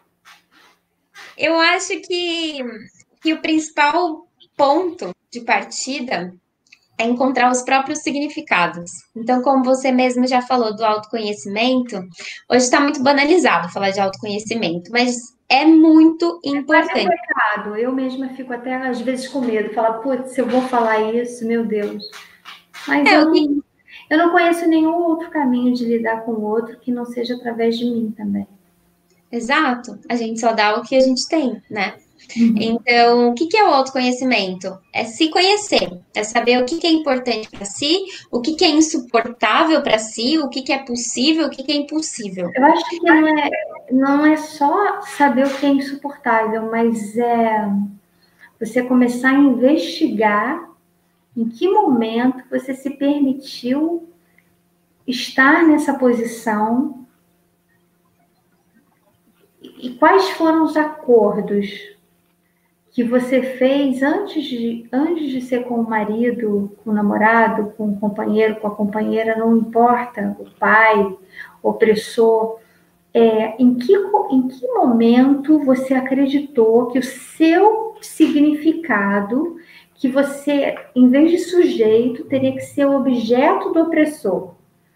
Eu acho que, que o principal ponto de partida é encontrar os próprios significados. Então, como você mesmo já falou do autoconhecimento, hoje está muito banalizado falar de autoconhecimento, mas é muito Mas é importante. pecado. Eu mesma fico até às vezes com medo, falar, putz, se eu vou falar isso, meu Deus. Mas É eu o que. não, eu não conheço nenhum outro caminho de lidar com o outro que não seja através de mim também. Exato, a gente só dá o que a gente tem, né? Uhum. Então, o que que é o autoconhecimento? É se conhecer, é saber o que que é importante para si, o que que é insuportável para si, o que que é possível, o que que é impossível. Eu acho que não é, não é só saber o que é insuportável, mas é você começar a investigar em que momento você se permitiu estar nessa posição e quais foram os acordos que você fez antes de, antes de ser com o marido, com o namorado, com o companheiro, com a companheira, não importa, o pai, o opressor, é, em, que, em que momento você acreditou que o seu significado, que você, em vez de sujeito, teria que ser o objeto do opressor?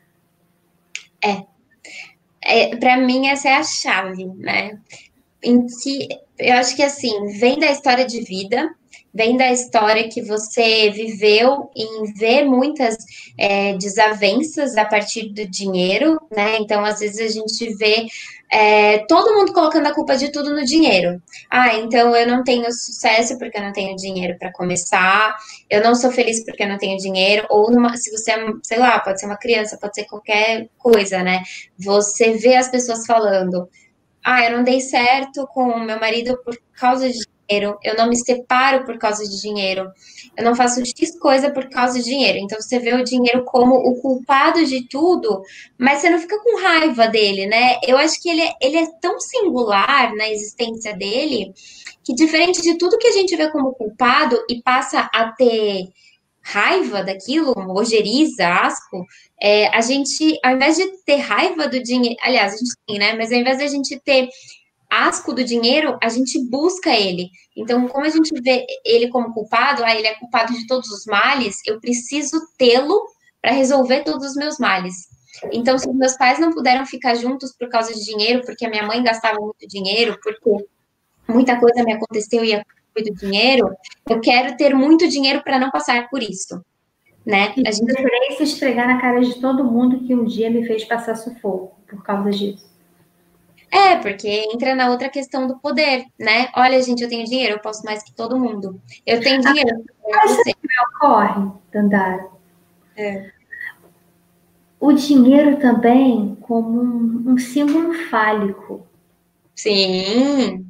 É, é para mim essa é a chave, né? Em que eu acho que assim, vem da história de vida, vem da história que você viveu em ver muitas é, desavenças a partir do dinheiro, né? Então, às vezes, a gente vê é, todo mundo colocando a culpa de tudo no dinheiro. Ah, então eu não tenho sucesso porque eu não tenho dinheiro para começar, eu não sou feliz porque eu não tenho dinheiro, ou numa, se você é, sei lá, pode ser uma criança, pode ser qualquer coisa, né? Você vê as pessoas falando. Ah, eu não dei certo com o meu marido por causa de dinheiro. Eu não me separo por causa de dinheiro. Eu não faço X coisa por causa de dinheiro. Então você vê o dinheiro como o culpado de tudo, mas você não fica com raiva dele, né? Eu acho que ele é, ele é tão singular na existência dele que, diferente de tudo que a gente vê como culpado e passa a ter raiva daquilo, ojeriza, asco, é, a gente, ao invés de ter raiva do dinheiro, aliás, a gente tem, né? Mas ao invés de a gente ter asco do dinheiro, a gente busca ele. Então, como a gente vê ele como culpado, ah, ele é culpado de todos os males, eu preciso tê-lo para resolver todos os meus males. Então, se meus pais não puderam ficar juntos por causa de dinheiro, porque a minha mãe gastava muito dinheiro, porque muita coisa me aconteceu e eu fui do dinheiro, eu quero ter muito dinheiro para não passar por isso, né? E A de gente preferência esfregar na cara de todo mundo que um dia me fez passar sufoco por causa disso. é, porque entra na outra questão do poder, né? Olha, gente, eu tenho dinheiro, eu posso mais que todo mundo. Eu tenho dinheiro, eu Mas sabe você. o que ocorre, Dandara? É. O dinheiro também como um, um símbolo fálico, Sim,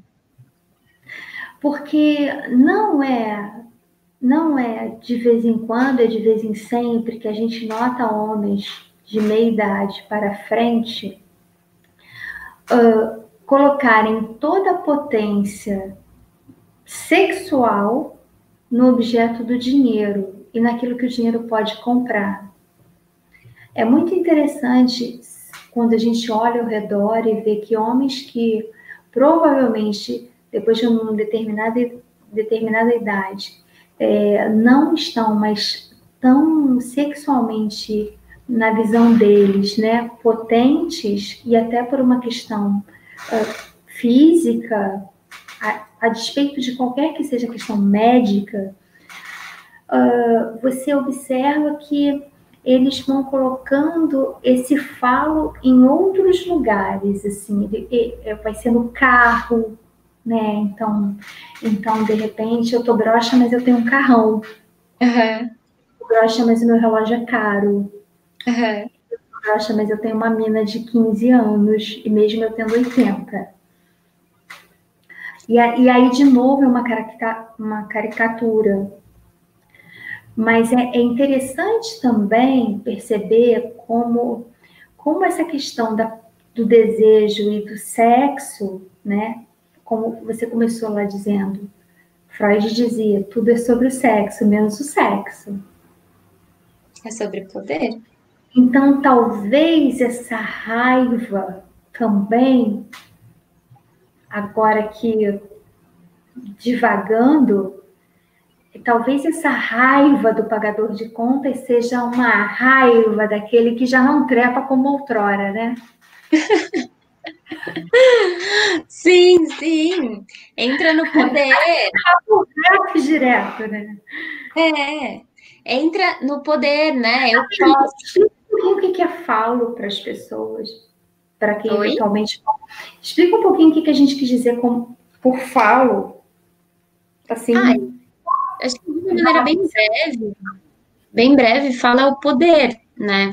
porque não é não é de vez em quando, é de vez em sempre que a gente nota homens de meia idade para frente colocarem toda a potência sexual no objeto do dinheiro e naquilo que o dinheiro pode comprar. É muito interessante quando a gente olha ao redor e vê que homens que provavelmente, depois de uma determinada, determinada idade, é, não estão mais tão sexualmente, na visão deles, né, potentes, e até por uma questão uh, física, a, a despeito de qualquer que seja a questão médica, uh, você observa que eles vão colocando esse falo em outros lugares, assim, ele, ele, vai ser no carro, né? Então, então, de repente, eu tô broxa, mas eu tenho um carrão. Uhum. Tô broxa, mas o meu relógio é caro. Uhum. Eu tô broxa, mas eu tenho uma mina de quinze anos, e mesmo eu tendo oitenta. E, e aí, de novo, é uma, carica, uma caricatura. Mas é, é interessante também perceber como, como essa questão da, do desejo e do sexo, né? Como você começou lá dizendo, Freud dizia, tudo é sobre o sexo, menos o sexo. É sobre poder. Então, talvez essa raiva também, agora que divagando, talvez essa raiva do pagador de contas seja uma raiva daquele que já não trepa como outrora, né? Sim, sim. Entra no poder. Rabo direto, né? É. Entra no poder, né? Eu posso. Explica um pouquinho o que é falo para as pessoas, para quem Oi? eventualmente... Explica um pouquinho o que a gente quis dizer com, por falo. Assim... Ah, acho que de uma maneira bem breve, bem breve, fala o poder, né?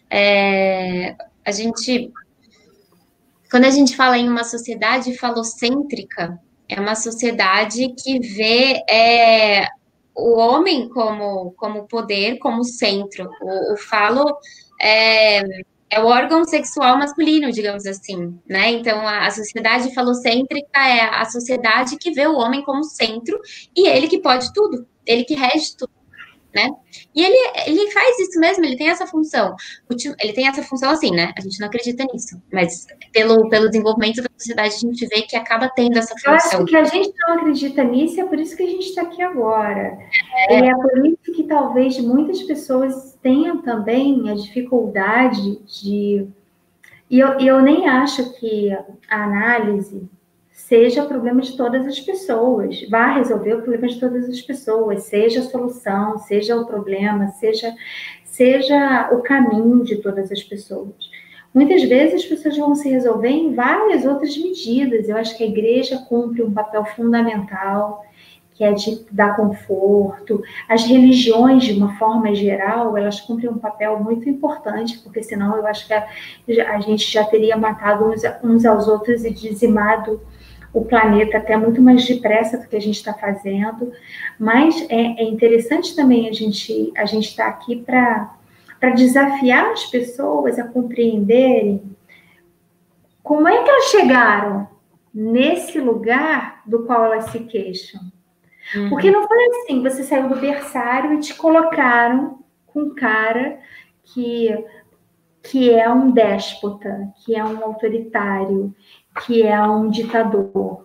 É, a gente, quando a gente fala em uma sociedade falocêntrica, é uma sociedade que vê é, o homem como, como poder, como centro. O, o falo é, é o órgão sexual masculino, digamos assim, né? Então, a, a sociedade falocêntrica é a sociedade que vê o homem como centro e ele que pode tudo, ele que rege tudo, né? E ele, ele faz isso mesmo, ele tem essa função. Ele tem essa função assim, né? A gente não acredita nisso, mas pelo, pelo desenvolvimento da sociedade a gente vê que acaba tendo essa Eu acho função. que a gente não acredita nisso, é por isso que a gente está aqui agora. É. E é por isso que talvez muitas pessoas tenham também a dificuldade de... E eu, eu nem acho que a análise seja o problema de todas as pessoas, vá resolver o problema de todas as pessoas, seja a solução, seja o problema, seja, seja o caminho de todas as pessoas. Muitas vezes as pessoas vão se resolver em várias outras medidas. Eu acho que a igreja cumpre um papel fundamental, que é de dar conforto. As religiões, de uma forma geral, elas cumprem um papel muito importante, porque senão eu acho que a, a gente já teria matado uns, uns aos outros e dizimado o planeta até muito mais depressa do que a gente está fazendo. Mas é, é interessante também a gente a gente estar aqui para para desafiar as pessoas a compreenderem como é que elas chegaram nesse lugar do qual elas se queixam. Uhum. Porque não foi assim, você saiu do berçário e te colocaram com um cara que, que é um déspota, que é um autoritário, que é um ditador.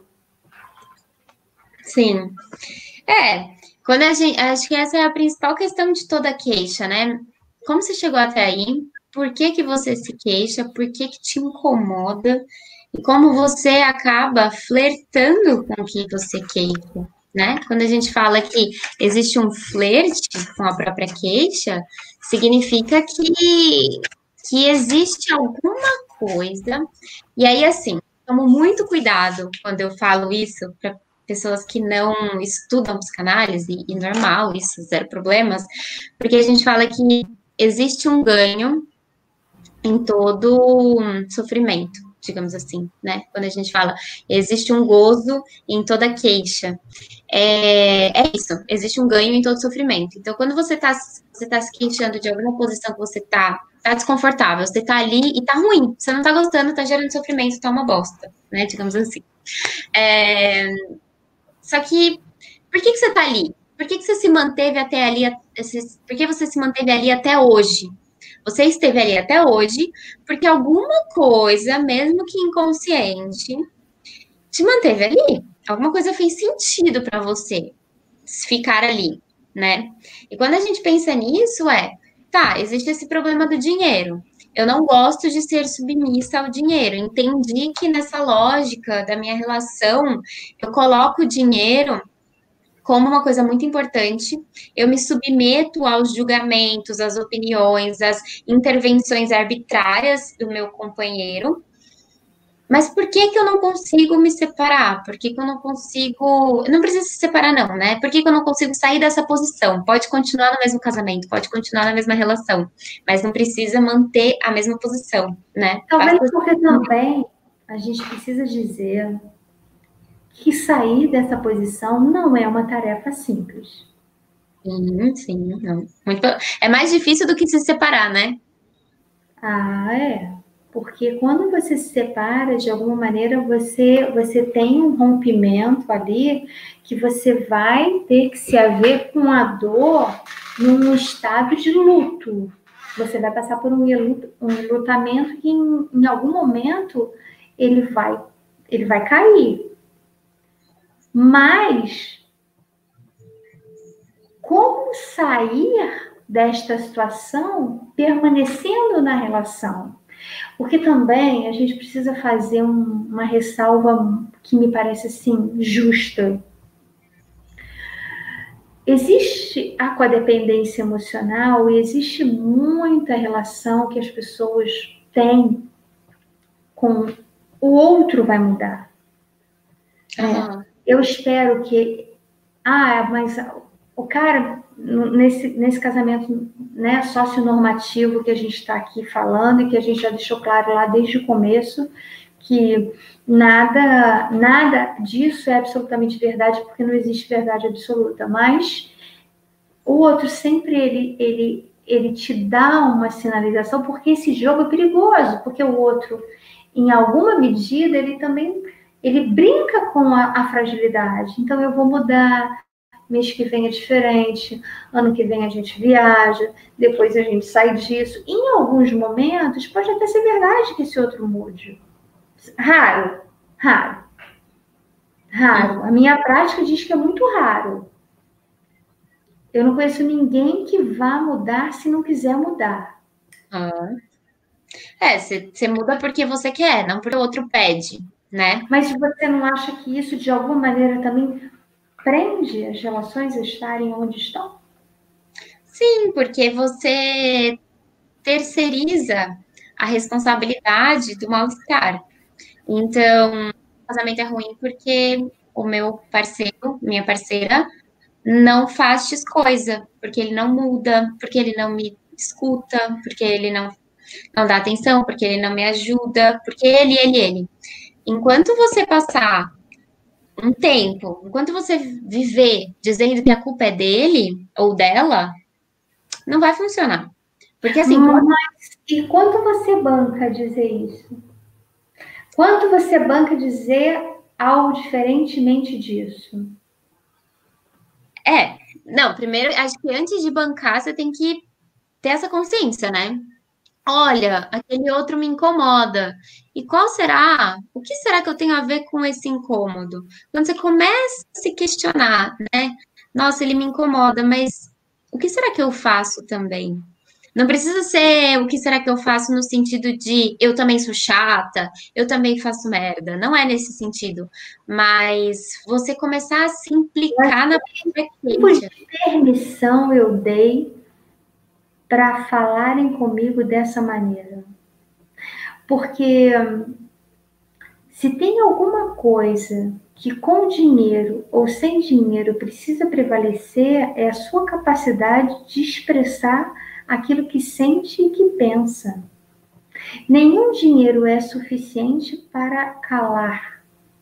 Sim. É, quando a gente, acho que essa é a principal questão de toda queixa, né? Como você chegou até aí? Por que que você se queixa? Por que que te incomoda? E como você acaba flertando com o que você queixa, né? Quando a gente fala que existe um flerte com a própria queixa, significa que, que existe alguma coisa. E aí, assim, tomo muito cuidado quando eu falo isso para pessoas que não estudam psicanálise, e normal, isso, zero problemas, porque a gente fala que existe um ganho em todo sofrimento, digamos assim, né? Quando a gente fala, existe um gozo em toda queixa. É, é isso, existe um ganho em todo sofrimento. Então, quando você está você tá se queixando de alguma posição que você está tá desconfortável, você tá ali e tá ruim, você não tá gostando, tá gerando sofrimento, tá uma bosta, né, digamos assim. É... Só que, por que que você tá ali? Por que que você se manteve até ali, por que você se manteve ali até hoje? Você esteve ali até hoje porque alguma coisa, mesmo que inconsciente, te manteve ali. Alguma coisa fez sentido para você ficar ali, né? E quando a gente pensa nisso, é, tá, existe esse problema do dinheiro. Eu não gosto de ser submissa ao dinheiro. Entendi que nessa lógica da minha relação, eu coloco o dinheiro como uma coisa muito importante. Eu me submeto aos julgamentos, às opiniões, às intervenções arbitrárias do meu companheiro. Mas por que que eu não consigo me separar? Por que que eu não consigo... Não precisa se separar, não, né? Por que que eu não consigo sair dessa posição? Pode continuar no mesmo casamento, pode continuar na mesma relação, mas não precisa manter a mesma posição, né? Talvez porque também a gente precisa dizer que sair dessa posição não é uma tarefa simples. Sim, sim, não. Muito... É mais difícil do que se separar, né? Ah, é. Porque quando você se separa, de alguma maneira, você, você tem um rompimento ali que você vai ter que se haver com a dor num estado de luto. Você vai passar por um, um enlutamento que, em, em algum momento, ele vai, ele vai cair. Mas, como sair desta situação permanecendo na relação? Porque também a gente precisa fazer um, uma ressalva que me parece assim justa. Existe a codependência emocional e existe muita relação que as pessoas têm com o outro vai mudar. Uhum. É, eu espero que, ah, mas o cara nesse, nesse casamento, né, socionormativo que a gente está aqui falando e que a gente já deixou claro lá desde o começo, que nada, nada disso é absolutamente verdade, porque não existe verdade absoluta, mas o outro sempre ele, ele, ele te dá uma sinalização, porque esse jogo é perigoso, porque o outro, em alguma medida, ele também ele brinca com a, a fragilidade. Então eu vou mudar, mês que vem é diferente, ano que vem a gente viaja, depois a gente sai disso. Em alguns momentos, pode até ser verdade que esse outro mude. Raro, raro, raro. A minha prática diz que é muito raro. Eu não conheço ninguém que vá mudar se não quiser mudar. Ah. É, você muda porque você quer, não porque o outro pede, né? Mas você não acha que isso, de alguma maneira, também prende as relações a estarem onde estão? Sim, porque você terceiriza a responsabilidade do mal-estar. Então, o casamento é ruim porque o meu parceiro, minha parceira, não faz X coisa, porque ele não muda, porque ele não me escuta, porque ele não, não dá atenção, porque ele não me ajuda, porque ele, ele, ele. Enquanto você passar um tempo, enquanto você viver dizendo que a culpa é dele ou dela, não vai funcionar. Porque assim, Mas e quanto você banca dizer isso? Quanto você banca dizer algo diferentemente disso? é, não, primeiro, acho que antes de bancar, você tem que ter essa consciência, né? Olha, aquele outro me incomoda. E qual será? O que será que eu tenho a ver com esse incômodo? Quando você começa a se questionar, né? Nossa, ele me incomoda, mas o que será que eu faço também? Não precisa ser o que será que eu faço no sentido de eu também sou chata, eu também faço merda. Não é nesse sentido. Mas você começar a se implicar na própria Que queixa. permissão eu dei para falarem comigo dessa maneira? Porque se tem alguma coisa que com dinheiro ou sem dinheiro precisa prevalecer, é a sua capacidade de expressar aquilo que sente e que pensa. Nenhum dinheiro é suficiente para calar.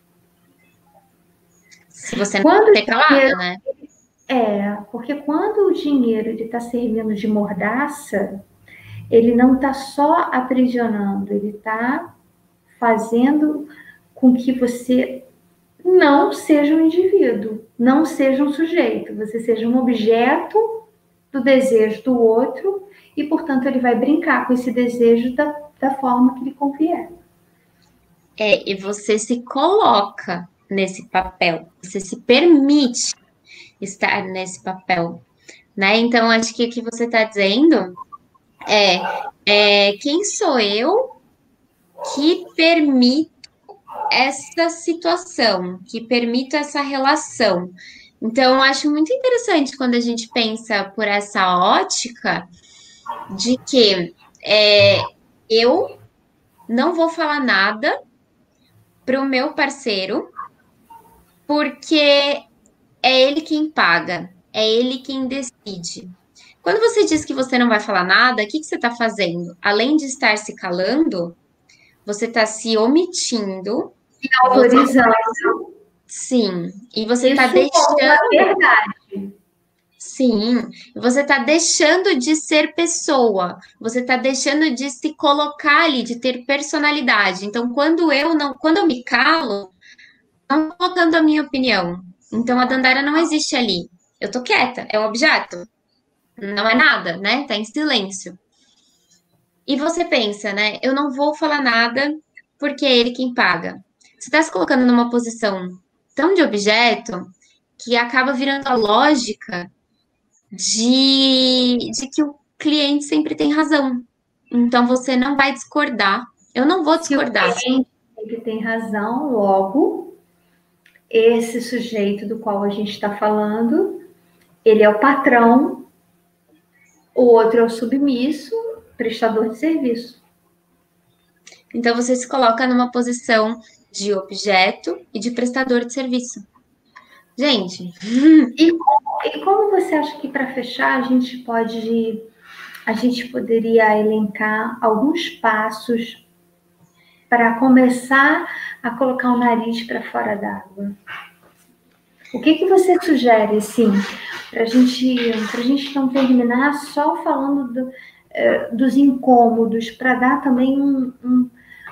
Se você não Quando ter calado, dinheiro, né? é, porque quando o dinheiro está servindo de mordaça, ele não está só aprisionando, ele está fazendo com que você não seja um indivíduo, não seja um sujeito, você seja um objeto do desejo do outro e, portanto, ele vai brincar com esse desejo da, da forma que lhe convier. É, e você se coloca nesse papel, você se permite estar nesse papel, né? Então, acho que o que você está dizendo é, é quem sou eu que permito essa situação, que permito essa relação. Então, eu acho muito interessante quando a gente pensa por essa ótica de que é, eu não vou falar nada para o meu parceiro, porque é ele quem paga, é ele quem decide. Quando você diz que você não vai falar nada, o que, que você está fazendo? Além de estar se calando, você está se omitindo. E autorizando. Você... Sim, e você está deixando. Isso é verdade. Sim, você está deixando de ser pessoa, você está deixando de se colocar ali, de ter personalidade. Então, quando eu não, quando eu me calo, não estou colocando a minha opinião. Então, a Dandara não existe ali. Eu tô quieta, é um objeto, não é nada, né? Tá em silêncio. E você pensa, né? Eu não vou falar nada porque é ele quem paga. Você está se colocando numa posição tão de objeto que acaba virando a lógica de, de que o cliente sempre tem razão. Então você não vai discordar. Eu não vou discordar. Se o cliente sempre tem razão, logo, esse sujeito do qual a gente está falando, ele é o patrão, o outro é o submisso, prestador de serviço. Então você se coloca numa posição de objeto e de prestador de serviço. Gente. E como, e como você acha que, para fechar, a gente pode, a gente poderia elencar alguns passos para começar a colocar o nariz para fora d'água? O que, que você sugere, assim, para gente, a gente não terminar só falando do, uh, dos incômodos, para dar também um... um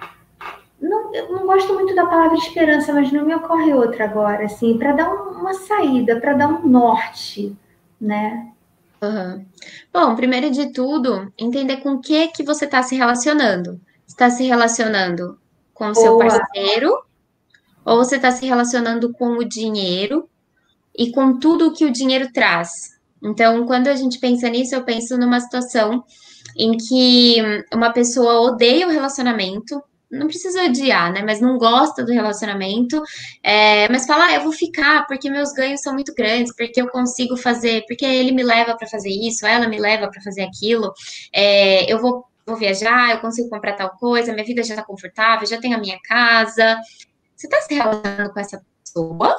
não, eu não gosto muito da palavra esperança, mas não me ocorre outra agora, assim, para dar um, uma saída, para dar um norte, né? Uhum. Bom, primeiro de tudo, entender com o que que você está se relacionando. Está se relacionando com o seu parceiro, ou você está se relacionando com o dinheiro e com tudo o que o dinheiro traz. Então, quando a gente pensa nisso, eu penso numa situação em que uma pessoa odeia o relacionamento, não precisa odiar, né? Mas não gosta do relacionamento, é, mas fala, ah, eu vou ficar porque meus ganhos são muito grandes, porque eu consigo fazer, porque ele me leva para fazer isso, ela me leva para fazer aquilo, é, eu vou, vou viajar, eu consigo comprar tal coisa, minha vida já tá confortável, já tenho a minha casa. Você tá se relacionando com essa pessoa?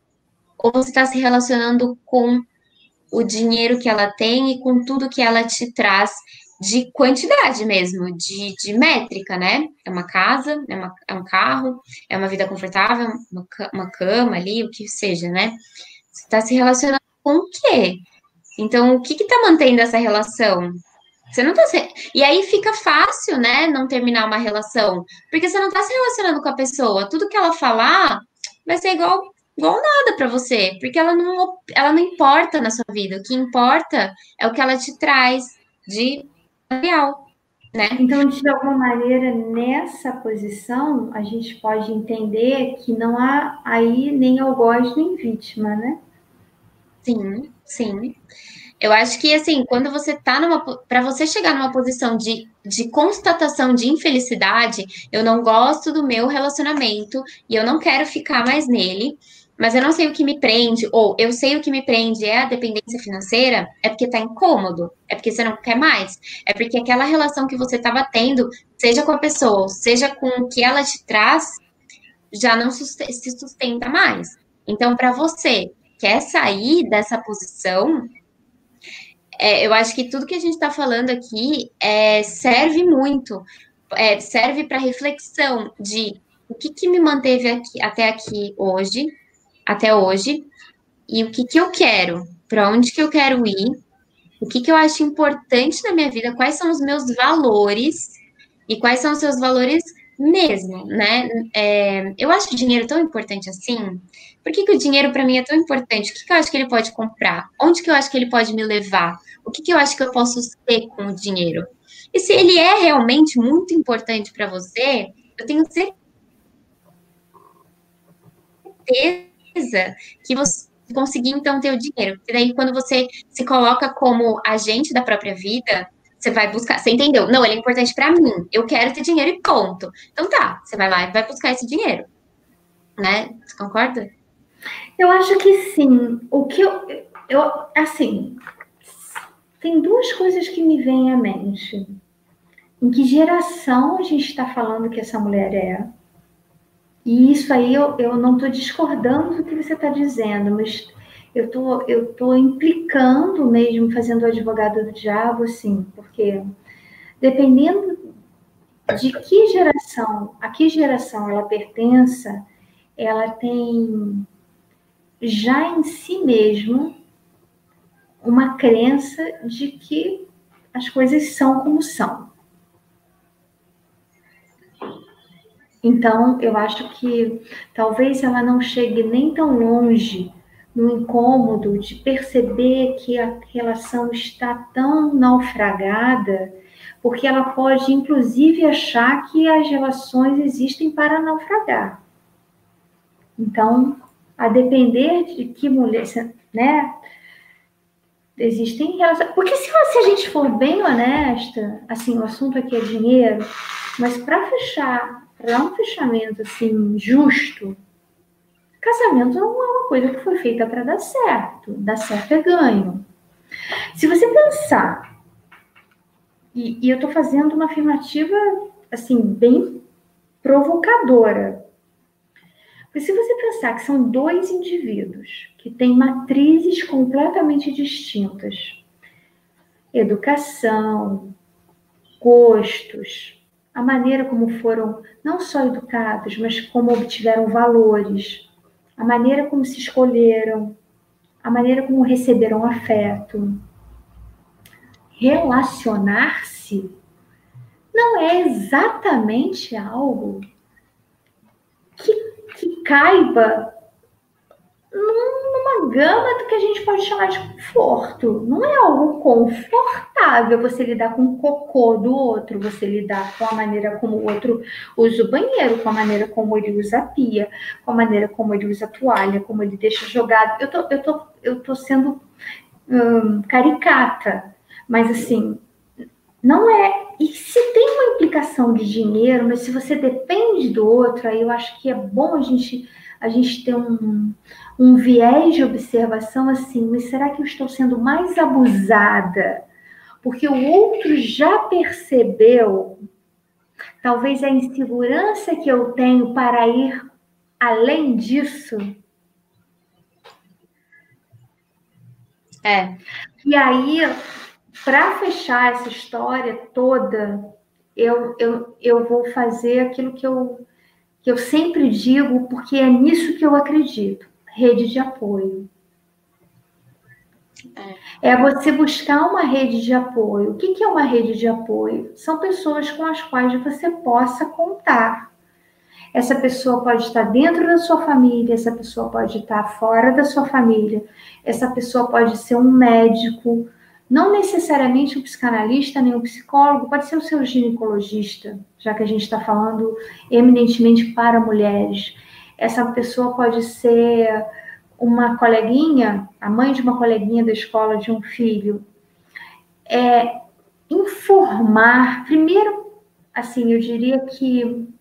Ou você está se relacionando com o dinheiro que ela tem e com tudo que ela te traz de quantidade mesmo, de, de métrica, né? É uma casa, é, uma, é um carro, é uma vida confortável, uma, uma cama ali, o que seja, né? Você está se relacionando com o quê? Então, o que está mantendo essa relação? Você não tá se... E aí fica fácil, né, não terminar uma relação, porque você não tá se relacionando com a pessoa. Tudo que ela falar vai ser igual igual nada para você, porque ela não ela não importa na sua vida. O que importa é o que ela te traz de real, né? Então, de alguma maneira, nessa posição, a gente pode entender que não há aí nem algoz nem vítima, né? Sim, sim. Eu acho que, assim, quando você tá numa. Para você chegar numa posição de, de constatação de infelicidade, eu não gosto do meu relacionamento e eu não quero ficar mais nele, mas eu não sei o que me prende, ou eu sei o que me prende é a dependência financeira, é porque tá incômodo, é porque você não quer mais, é porque aquela relação que você tava tendo, seja com a pessoa, seja com o que ela te traz, já não se sustenta mais. Então, para você quer sair dessa posição. É, eu acho que tudo que a gente está falando aqui é, serve muito, é, serve para reflexão de o que, que me manteve aqui, até aqui hoje, até hoje, e o que, que eu quero, para onde que eu quero ir, O que que eu acho importante na minha vida, quais são os meus valores e quais são os seus valores mesmo, né? É, eu acho o dinheiro tão importante assim. Por que que o dinheiro para mim é tão importante? O que que eu acho que ele pode comprar? Onde que eu acho que ele pode me levar? O que que eu acho que eu posso ser com o dinheiro? E se ele é realmente muito importante para você, eu tenho certeza que você conseguir então ter o dinheiro. E daí, quando você se coloca como agente da própria vida, você vai buscar. Você entendeu? Não, ele é importante para mim. Eu quero ter dinheiro e ponto. Então tá, você vai lá e vai buscar esse dinheiro, né? Você concorda? Eu acho que sim. O que eu, eu assim, tem duas coisas que me vêm à mente. Em que geração a gente está falando que essa mulher é? E isso aí eu, eu não estou discordando do que você está dizendo, mas eu tô, eu tô implicando mesmo, fazendo o advogado do diabo, assim, porque dependendo de que geração, a que geração ela pertença, ela tem já em si mesmo uma crença de que as coisas são como são. Então, eu acho que talvez ela não chegue nem tão longe no incômodo de perceber que a relação está tão naufragada, porque ela pode, inclusive, achar que as relações existem para naufragar. Então, a depender de que mulher, né? Existem relações. Porque se a gente for bem honesta, assim, o assunto aqui é dinheiro, mas para fechar, para dar um fechamento assim justo, casamento não é uma coisa que foi feita para dar certo. Dar certo é ganho. Se você pensar, e, e eu estou fazendo uma afirmativa assim bem provocadora, porque se você pensar que são dois indivíduos que têm matrizes completamente distintas, educação, gostos, a maneira como foram não só educados, mas como obtiveram valores, a maneira como se escolheram, a maneira como receberam afeto. Relacionar-se não é exatamente algo que, que caiba numa gama do que a gente pode chamar de conforto. Não é algo confortável você lidar com o cocô do outro, você lidar com a maneira como o outro usa o banheiro, com a maneira como ele usa a pia, com a maneira como ele usa a toalha, como ele deixa jogado. Eu tô, eu tô, eu tô sendo hum, caricata, mas assim, não é. E se tem uma implicação de dinheiro, mas se você depende do outro, aí eu acho que é bom a gente, a gente ter um, um viés de observação assim, mas será que eu estou sendo mais abusada? Porque o outro já percebeu, talvez a insegurança que eu tenho para ir além disso. É. E aí, para fechar essa história toda, eu, eu, eu vou fazer aquilo que eu, que eu sempre digo, porque é nisso que eu acredito: rede de apoio. É, é você buscar uma rede de apoio. O que, que é uma rede de apoio? São pessoas com as quais você possa contar. Essa pessoa pode estar dentro da sua família, essa pessoa pode estar fora da sua família, essa pessoa pode ser um médico, não necessariamente um psicanalista nem um psicólogo, pode ser o seu ginecologista, já que a gente está falando eminentemente para mulheres. Essa pessoa pode ser uma coleguinha, a mãe de uma coleguinha da escola de um filho. É informar, primeiro, assim, eu diria que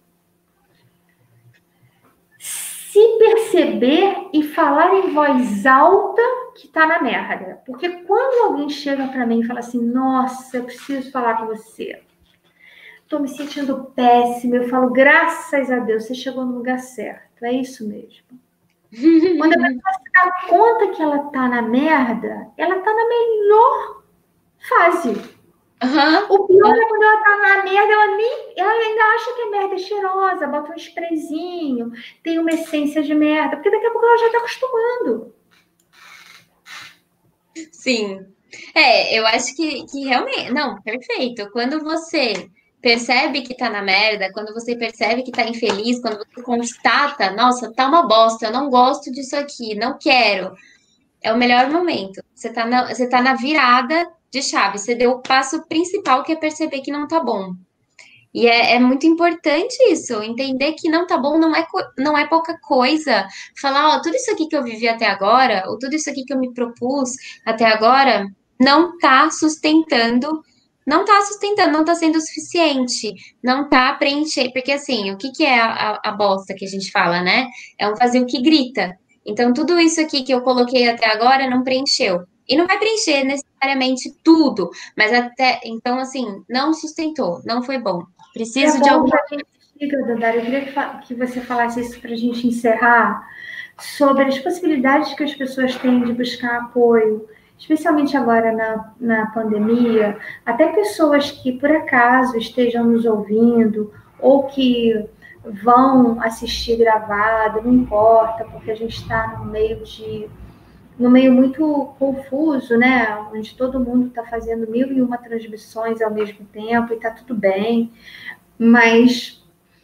se perceber e falar em voz alta que tá na merda. Porque quando alguém chega para mim e fala assim, nossa, eu preciso falar com você, tô me sentindo péssima, eu falo, graças a Deus, você chegou no lugar certo, é isso mesmo. Quando a pessoa se dá conta que ela tá na merda, ela tá na melhor fase. Uhum. O pior é quando ela tá na merda, ela, nem, ela ainda acha que a merda é cheirosa, bota um sprayzinho, tem uma essência de merda, porque daqui a pouco ela já tá acostumando. Sim. É, eu acho que, que realmente. Não, perfeito. Quando você percebe que tá na merda, quando você percebe que tá infeliz, quando você constata, nossa, tá uma bosta, eu não gosto disso aqui, não quero. É o melhor momento. Você tá na, você tá na virada de chave. Você deu o passo principal que é perceber que não tá bom. E é, é muito importante isso, entender que não tá bom não é, co- não é pouca coisa. Falar, ó, tudo isso aqui que eu vivi até agora, ou tudo isso aqui que eu me propus até agora, não tá sustentando, não tá sustentando, não tá sendo suficiente, não tá preenchendo. Porque assim, o que que é a, a, a bosta que a gente fala, né? É um vazio que grita. Então, tudo isso aqui que eu coloquei até agora não preencheu. E não vai preencher necessariamente tudo, mas até, então, assim, não sustentou, não foi bom. É Preciso de bom que alguma. a gente siga, Dandara. Eu queria que, fa- que você falasse isso para a gente encerrar, sobre as possibilidades que as pessoas têm de buscar apoio, especialmente agora na, na pandemia, até pessoas que por acaso estejam nos ouvindo ou que vão assistir gravado, não importa, porque a gente está no meio de no meio muito confuso, né? Onde todo mundo está fazendo mil e uma transmissões ao mesmo tempo e está tudo bem, mas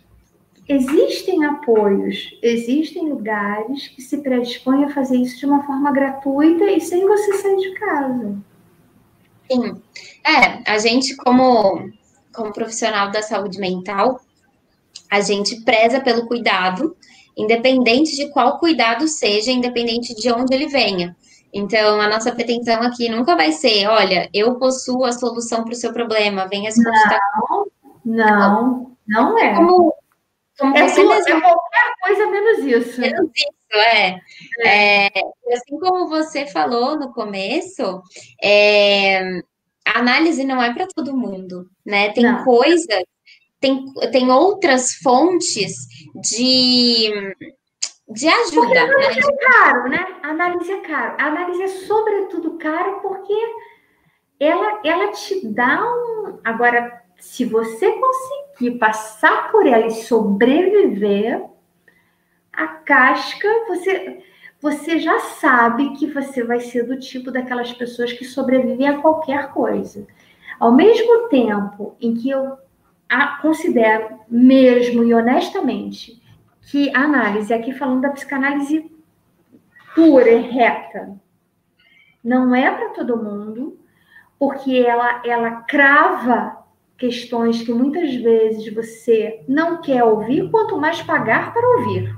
existem apoios, existem lugares que se predispõem a fazer isso de uma forma gratuita e sem você sair de casa. Sim. É, a gente, como, como profissional da saúde mental, a gente preza pelo cuidado, independente de qual cuidado seja, independente de onde ele venha. Então, a nossa pretensão aqui nunca vai ser, olha, eu possuo a solução para o seu problema, venha se consultar. Não. Não, não É é. como, como É, você tu, é mesmo qualquer coisa menos isso. menos isso, é. É. É, assim como você falou no começo, é, a análise não é para todo mundo, né? Tem Não. coisas, tem, tem outras fontes de, de Porque a ajuda, né? análise é caro, né? A análise é caro. A análise é sobretudo caro porque ela, ela te dá um. Agora, se você conseguir passar por ela e sobreviver, a casca, você, você já sabe que você vai ser do tipo daquelas pessoas que sobrevivem a qualquer coisa. Ao mesmo tempo em que eu a, considero mesmo e honestamente que a análise, aqui falando da psicanálise pura e reta, não é para todo mundo, porque ela, ela crava questões que muitas vezes você não quer ouvir, quanto mais pagar para ouvir,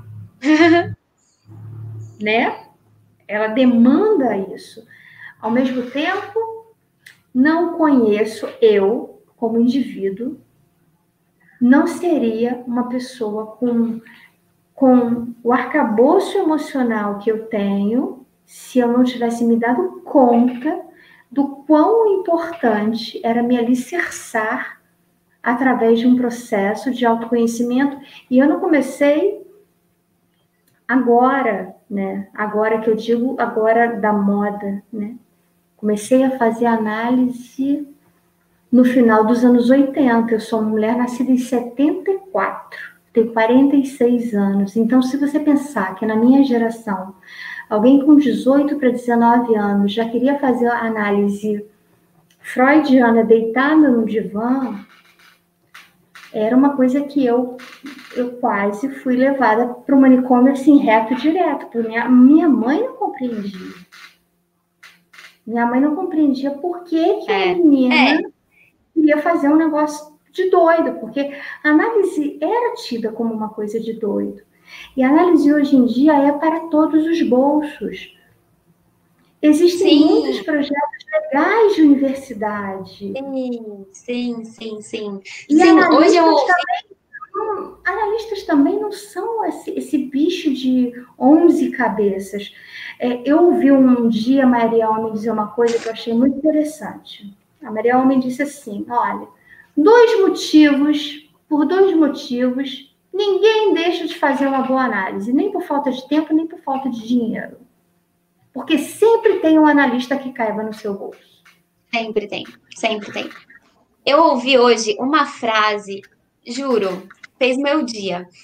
né? Ela demanda isso. Ao mesmo tempo, não conheço eu, como indivíduo, não seria uma pessoa com, com o arcabouço emocional que eu tenho se eu não tivesse me dado conta do quão importante era me alicerçar através de um processo de autoconhecimento. E eu não comecei agora, né? Agora que eu digo, agora da moda, né? Comecei a fazer análise no final dos anos oitenta. Eu sou uma mulher nascida em setenta e quatro, tenho quarenta e seis anos. Então, se você pensar que na minha geração, alguém com dezoito para dezenove anos já queria fazer a análise freudiana deitada no divã, era uma coisa que eu, eu quase fui levada para o manicômio assim, reto direto, porque minha, minha mãe não compreendia. Minha mãe não compreendia por que, que É, a menina é, queria fazer um negócio de doido, porque a análise era tida como uma coisa de doido. E a análise hoje em dia é para todos os bolsos. Existem muitos sim, projetos legais de universidade. sim, sim, sim, sim. E Sim, hoje eu analistas ouvi. também, não, analistas também não são esse, esse bicho de onze cabeças. É, eu ouvi um dia a Maria Homem dizer uma coisa que eu achei muito interessante. A Maria Homem disse assim, olha, dois motivos, por dois motivos, ninguém deixa de fazer uma boa análise, nem por falta de tempo, nem por falta de dinheiro. Porque sempre tem um analista que caiba no seu bolso. Sempre tem, sempre tem. Eu ouvi hoje uma frase, juro, fez meu dia.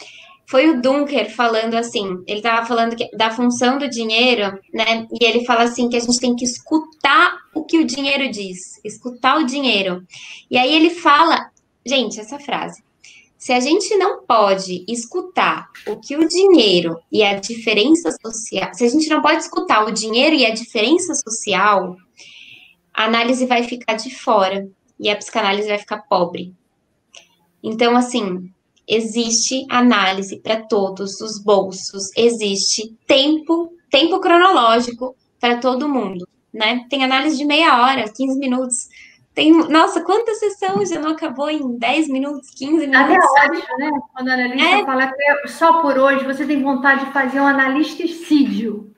Foi o Dunker falando assim, ele estava falando que- da função do dinheiro, né? E ele fala assim que a gente tem que escutar o que o dinheiro diz, escutar o dinheiro. E aí ele fala, gente, essa frase. Se a gente não pode escutar o que o dinheiro e a diferença social, se a gente não pode escutar o dinheiro e a diferença social, a análise vai ficar de fora e a psicanálise vai ficar pobre. Então, assim, existe análise para todos os bolsos, existe tempo, tempo cronológico para todo mundo, né? Tem análise de meia hora, quinze minutos. Tem, nossa, quanta sessão já não acabou em dez minutos, quinze Até minutos? hoje, né? Quando a analista É, fala que é só por hoje, você tem vontade de fazer um analisticídio.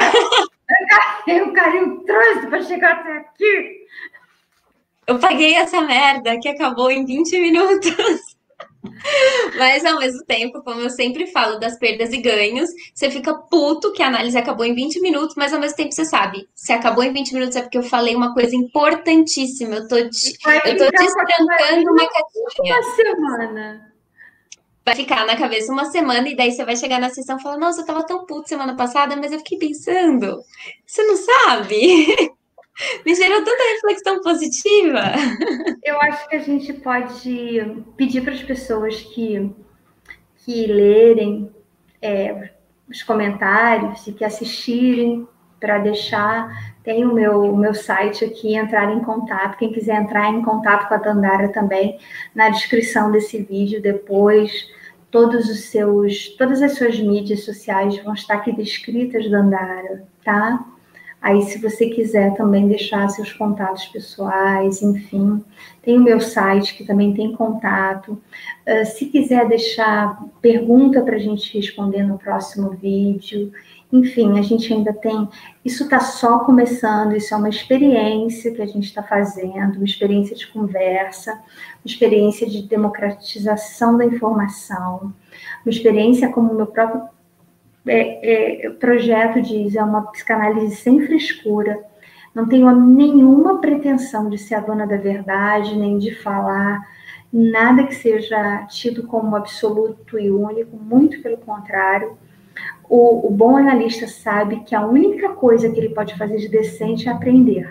Eu caí o trânsito para chegar até aqui. eu paguei essa merda que acabou em vinte minutos. Mas ao mesmo tempo, como eu sempre falo das perdas e ganhos, você fica puto que a análise acabou em vinte minutos, mas ao mesmo tempo você sabe, se acabou em vinte minutos é porque eu falei uma coisa importantíssima, eu tô, te, Vai eu tô ficar com aquilo ali destrancando uma caixinha. uma semana. Vai ficar na cabeça uma semana e daí você vai chegar na sessão e falar, nossa, eu tava tão puto semana passada, mas eu fiquei pensando, você não sabe? Me gerou tanta reflexão positiva. Eu acho que a gente pode pedir para as pessoas que, que lerem é, os comentários e que assistirem para deixar. Tem o meu, o meu site aqui, entrar em contato. Quem quiser entrar em contato com a Dandara também, na descrição desse vídeo depois. Todos os seus, todas as suas mídias sociais vão estar aqui descritas, Dandara, tá? Aí, se você quiser também deixar seus contatos pessoais, enfim, tem o meu site que também tem contato. Uh, se quiser deixar pergunta para a gente responder no próximo vídeo, enfim, a gente ainda tem. Isso está só começando, isso é uma experiência que a gente está fazendo, uma experiência de conversa, uma experiência de democratização da informação, uma experiência como o meu próprio É, é, o projeto diz, é uma psicanálise sem frescura. Não tenho nenhuma pretensão de ser a dona da verdade, nem de falar nada que seja tido como absoluto e único, muito pelo contrário. O, o bom analista sabe que a única coisa que ele pode fazer de decente é aprender.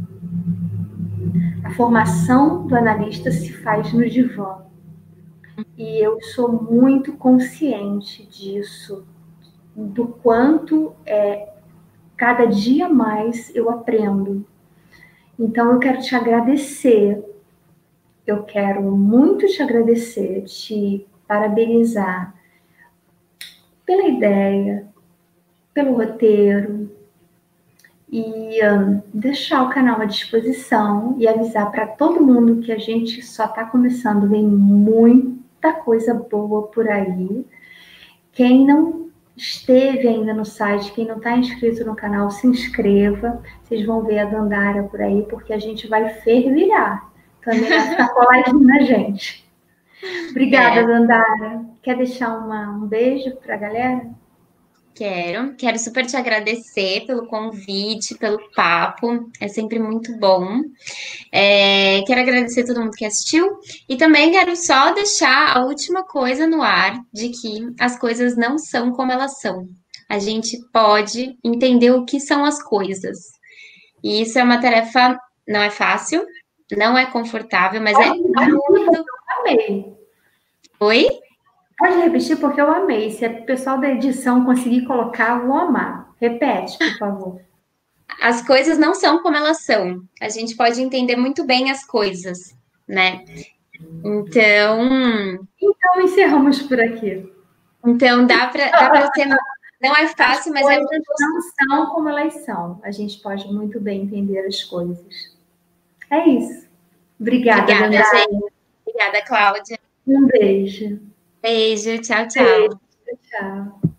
A formação do analista se faz no divã. E eu sou muito consciente disso, do quanto é, cada dia mais eu aprendo. Então eu quero te agradecer, eu quero muito te agradecer, te parabenizar pela ideia, pelo roteiro e um, deixar o canal à disposição e avisar para todo mundo que a gente só está começando, vem muita coisa boa por aí. Quem não esteve ainda no site, quem não está inscrito no canal, se inscreva. Vocês vão ver a Dandara por aí, porque a gente vai fervilhar. Também vai ficar coladinho na gente. Obrigada, é. Dandara. Quer deixar uma, um beijo para a galera? Quero, quero super te agradecer pelo convite, pelo papo, é sempre muito bom. É, quero agradecer a todo mundo que assistiu e também quero só deixar a última coisa no ar de que as coisas não são como elas são. A gente pode entender o que são as coisas. E isso é uma tarefa, não é fácil, não é confortável, mas é muito. Eu amei. Oi? Pode repetir, porque eu amei. Se o pessoal da edição conseguir colocar, eu vou amar. Repete, por favor. As coisas não são como elas são. A gente pode entender muito bem as coisas, né? Então. Então, encerramos por aqui. Então, dá para ser. Não é fácil, as mas é. As coisas não são como elas são. A gente pode muito bem entender as coisas. É isso. Obrigada, Obrigada, Dandara. gente. Obrigada, Cláudia. Um beijo. Beijo, tchau, tchau. Beijo, tchau.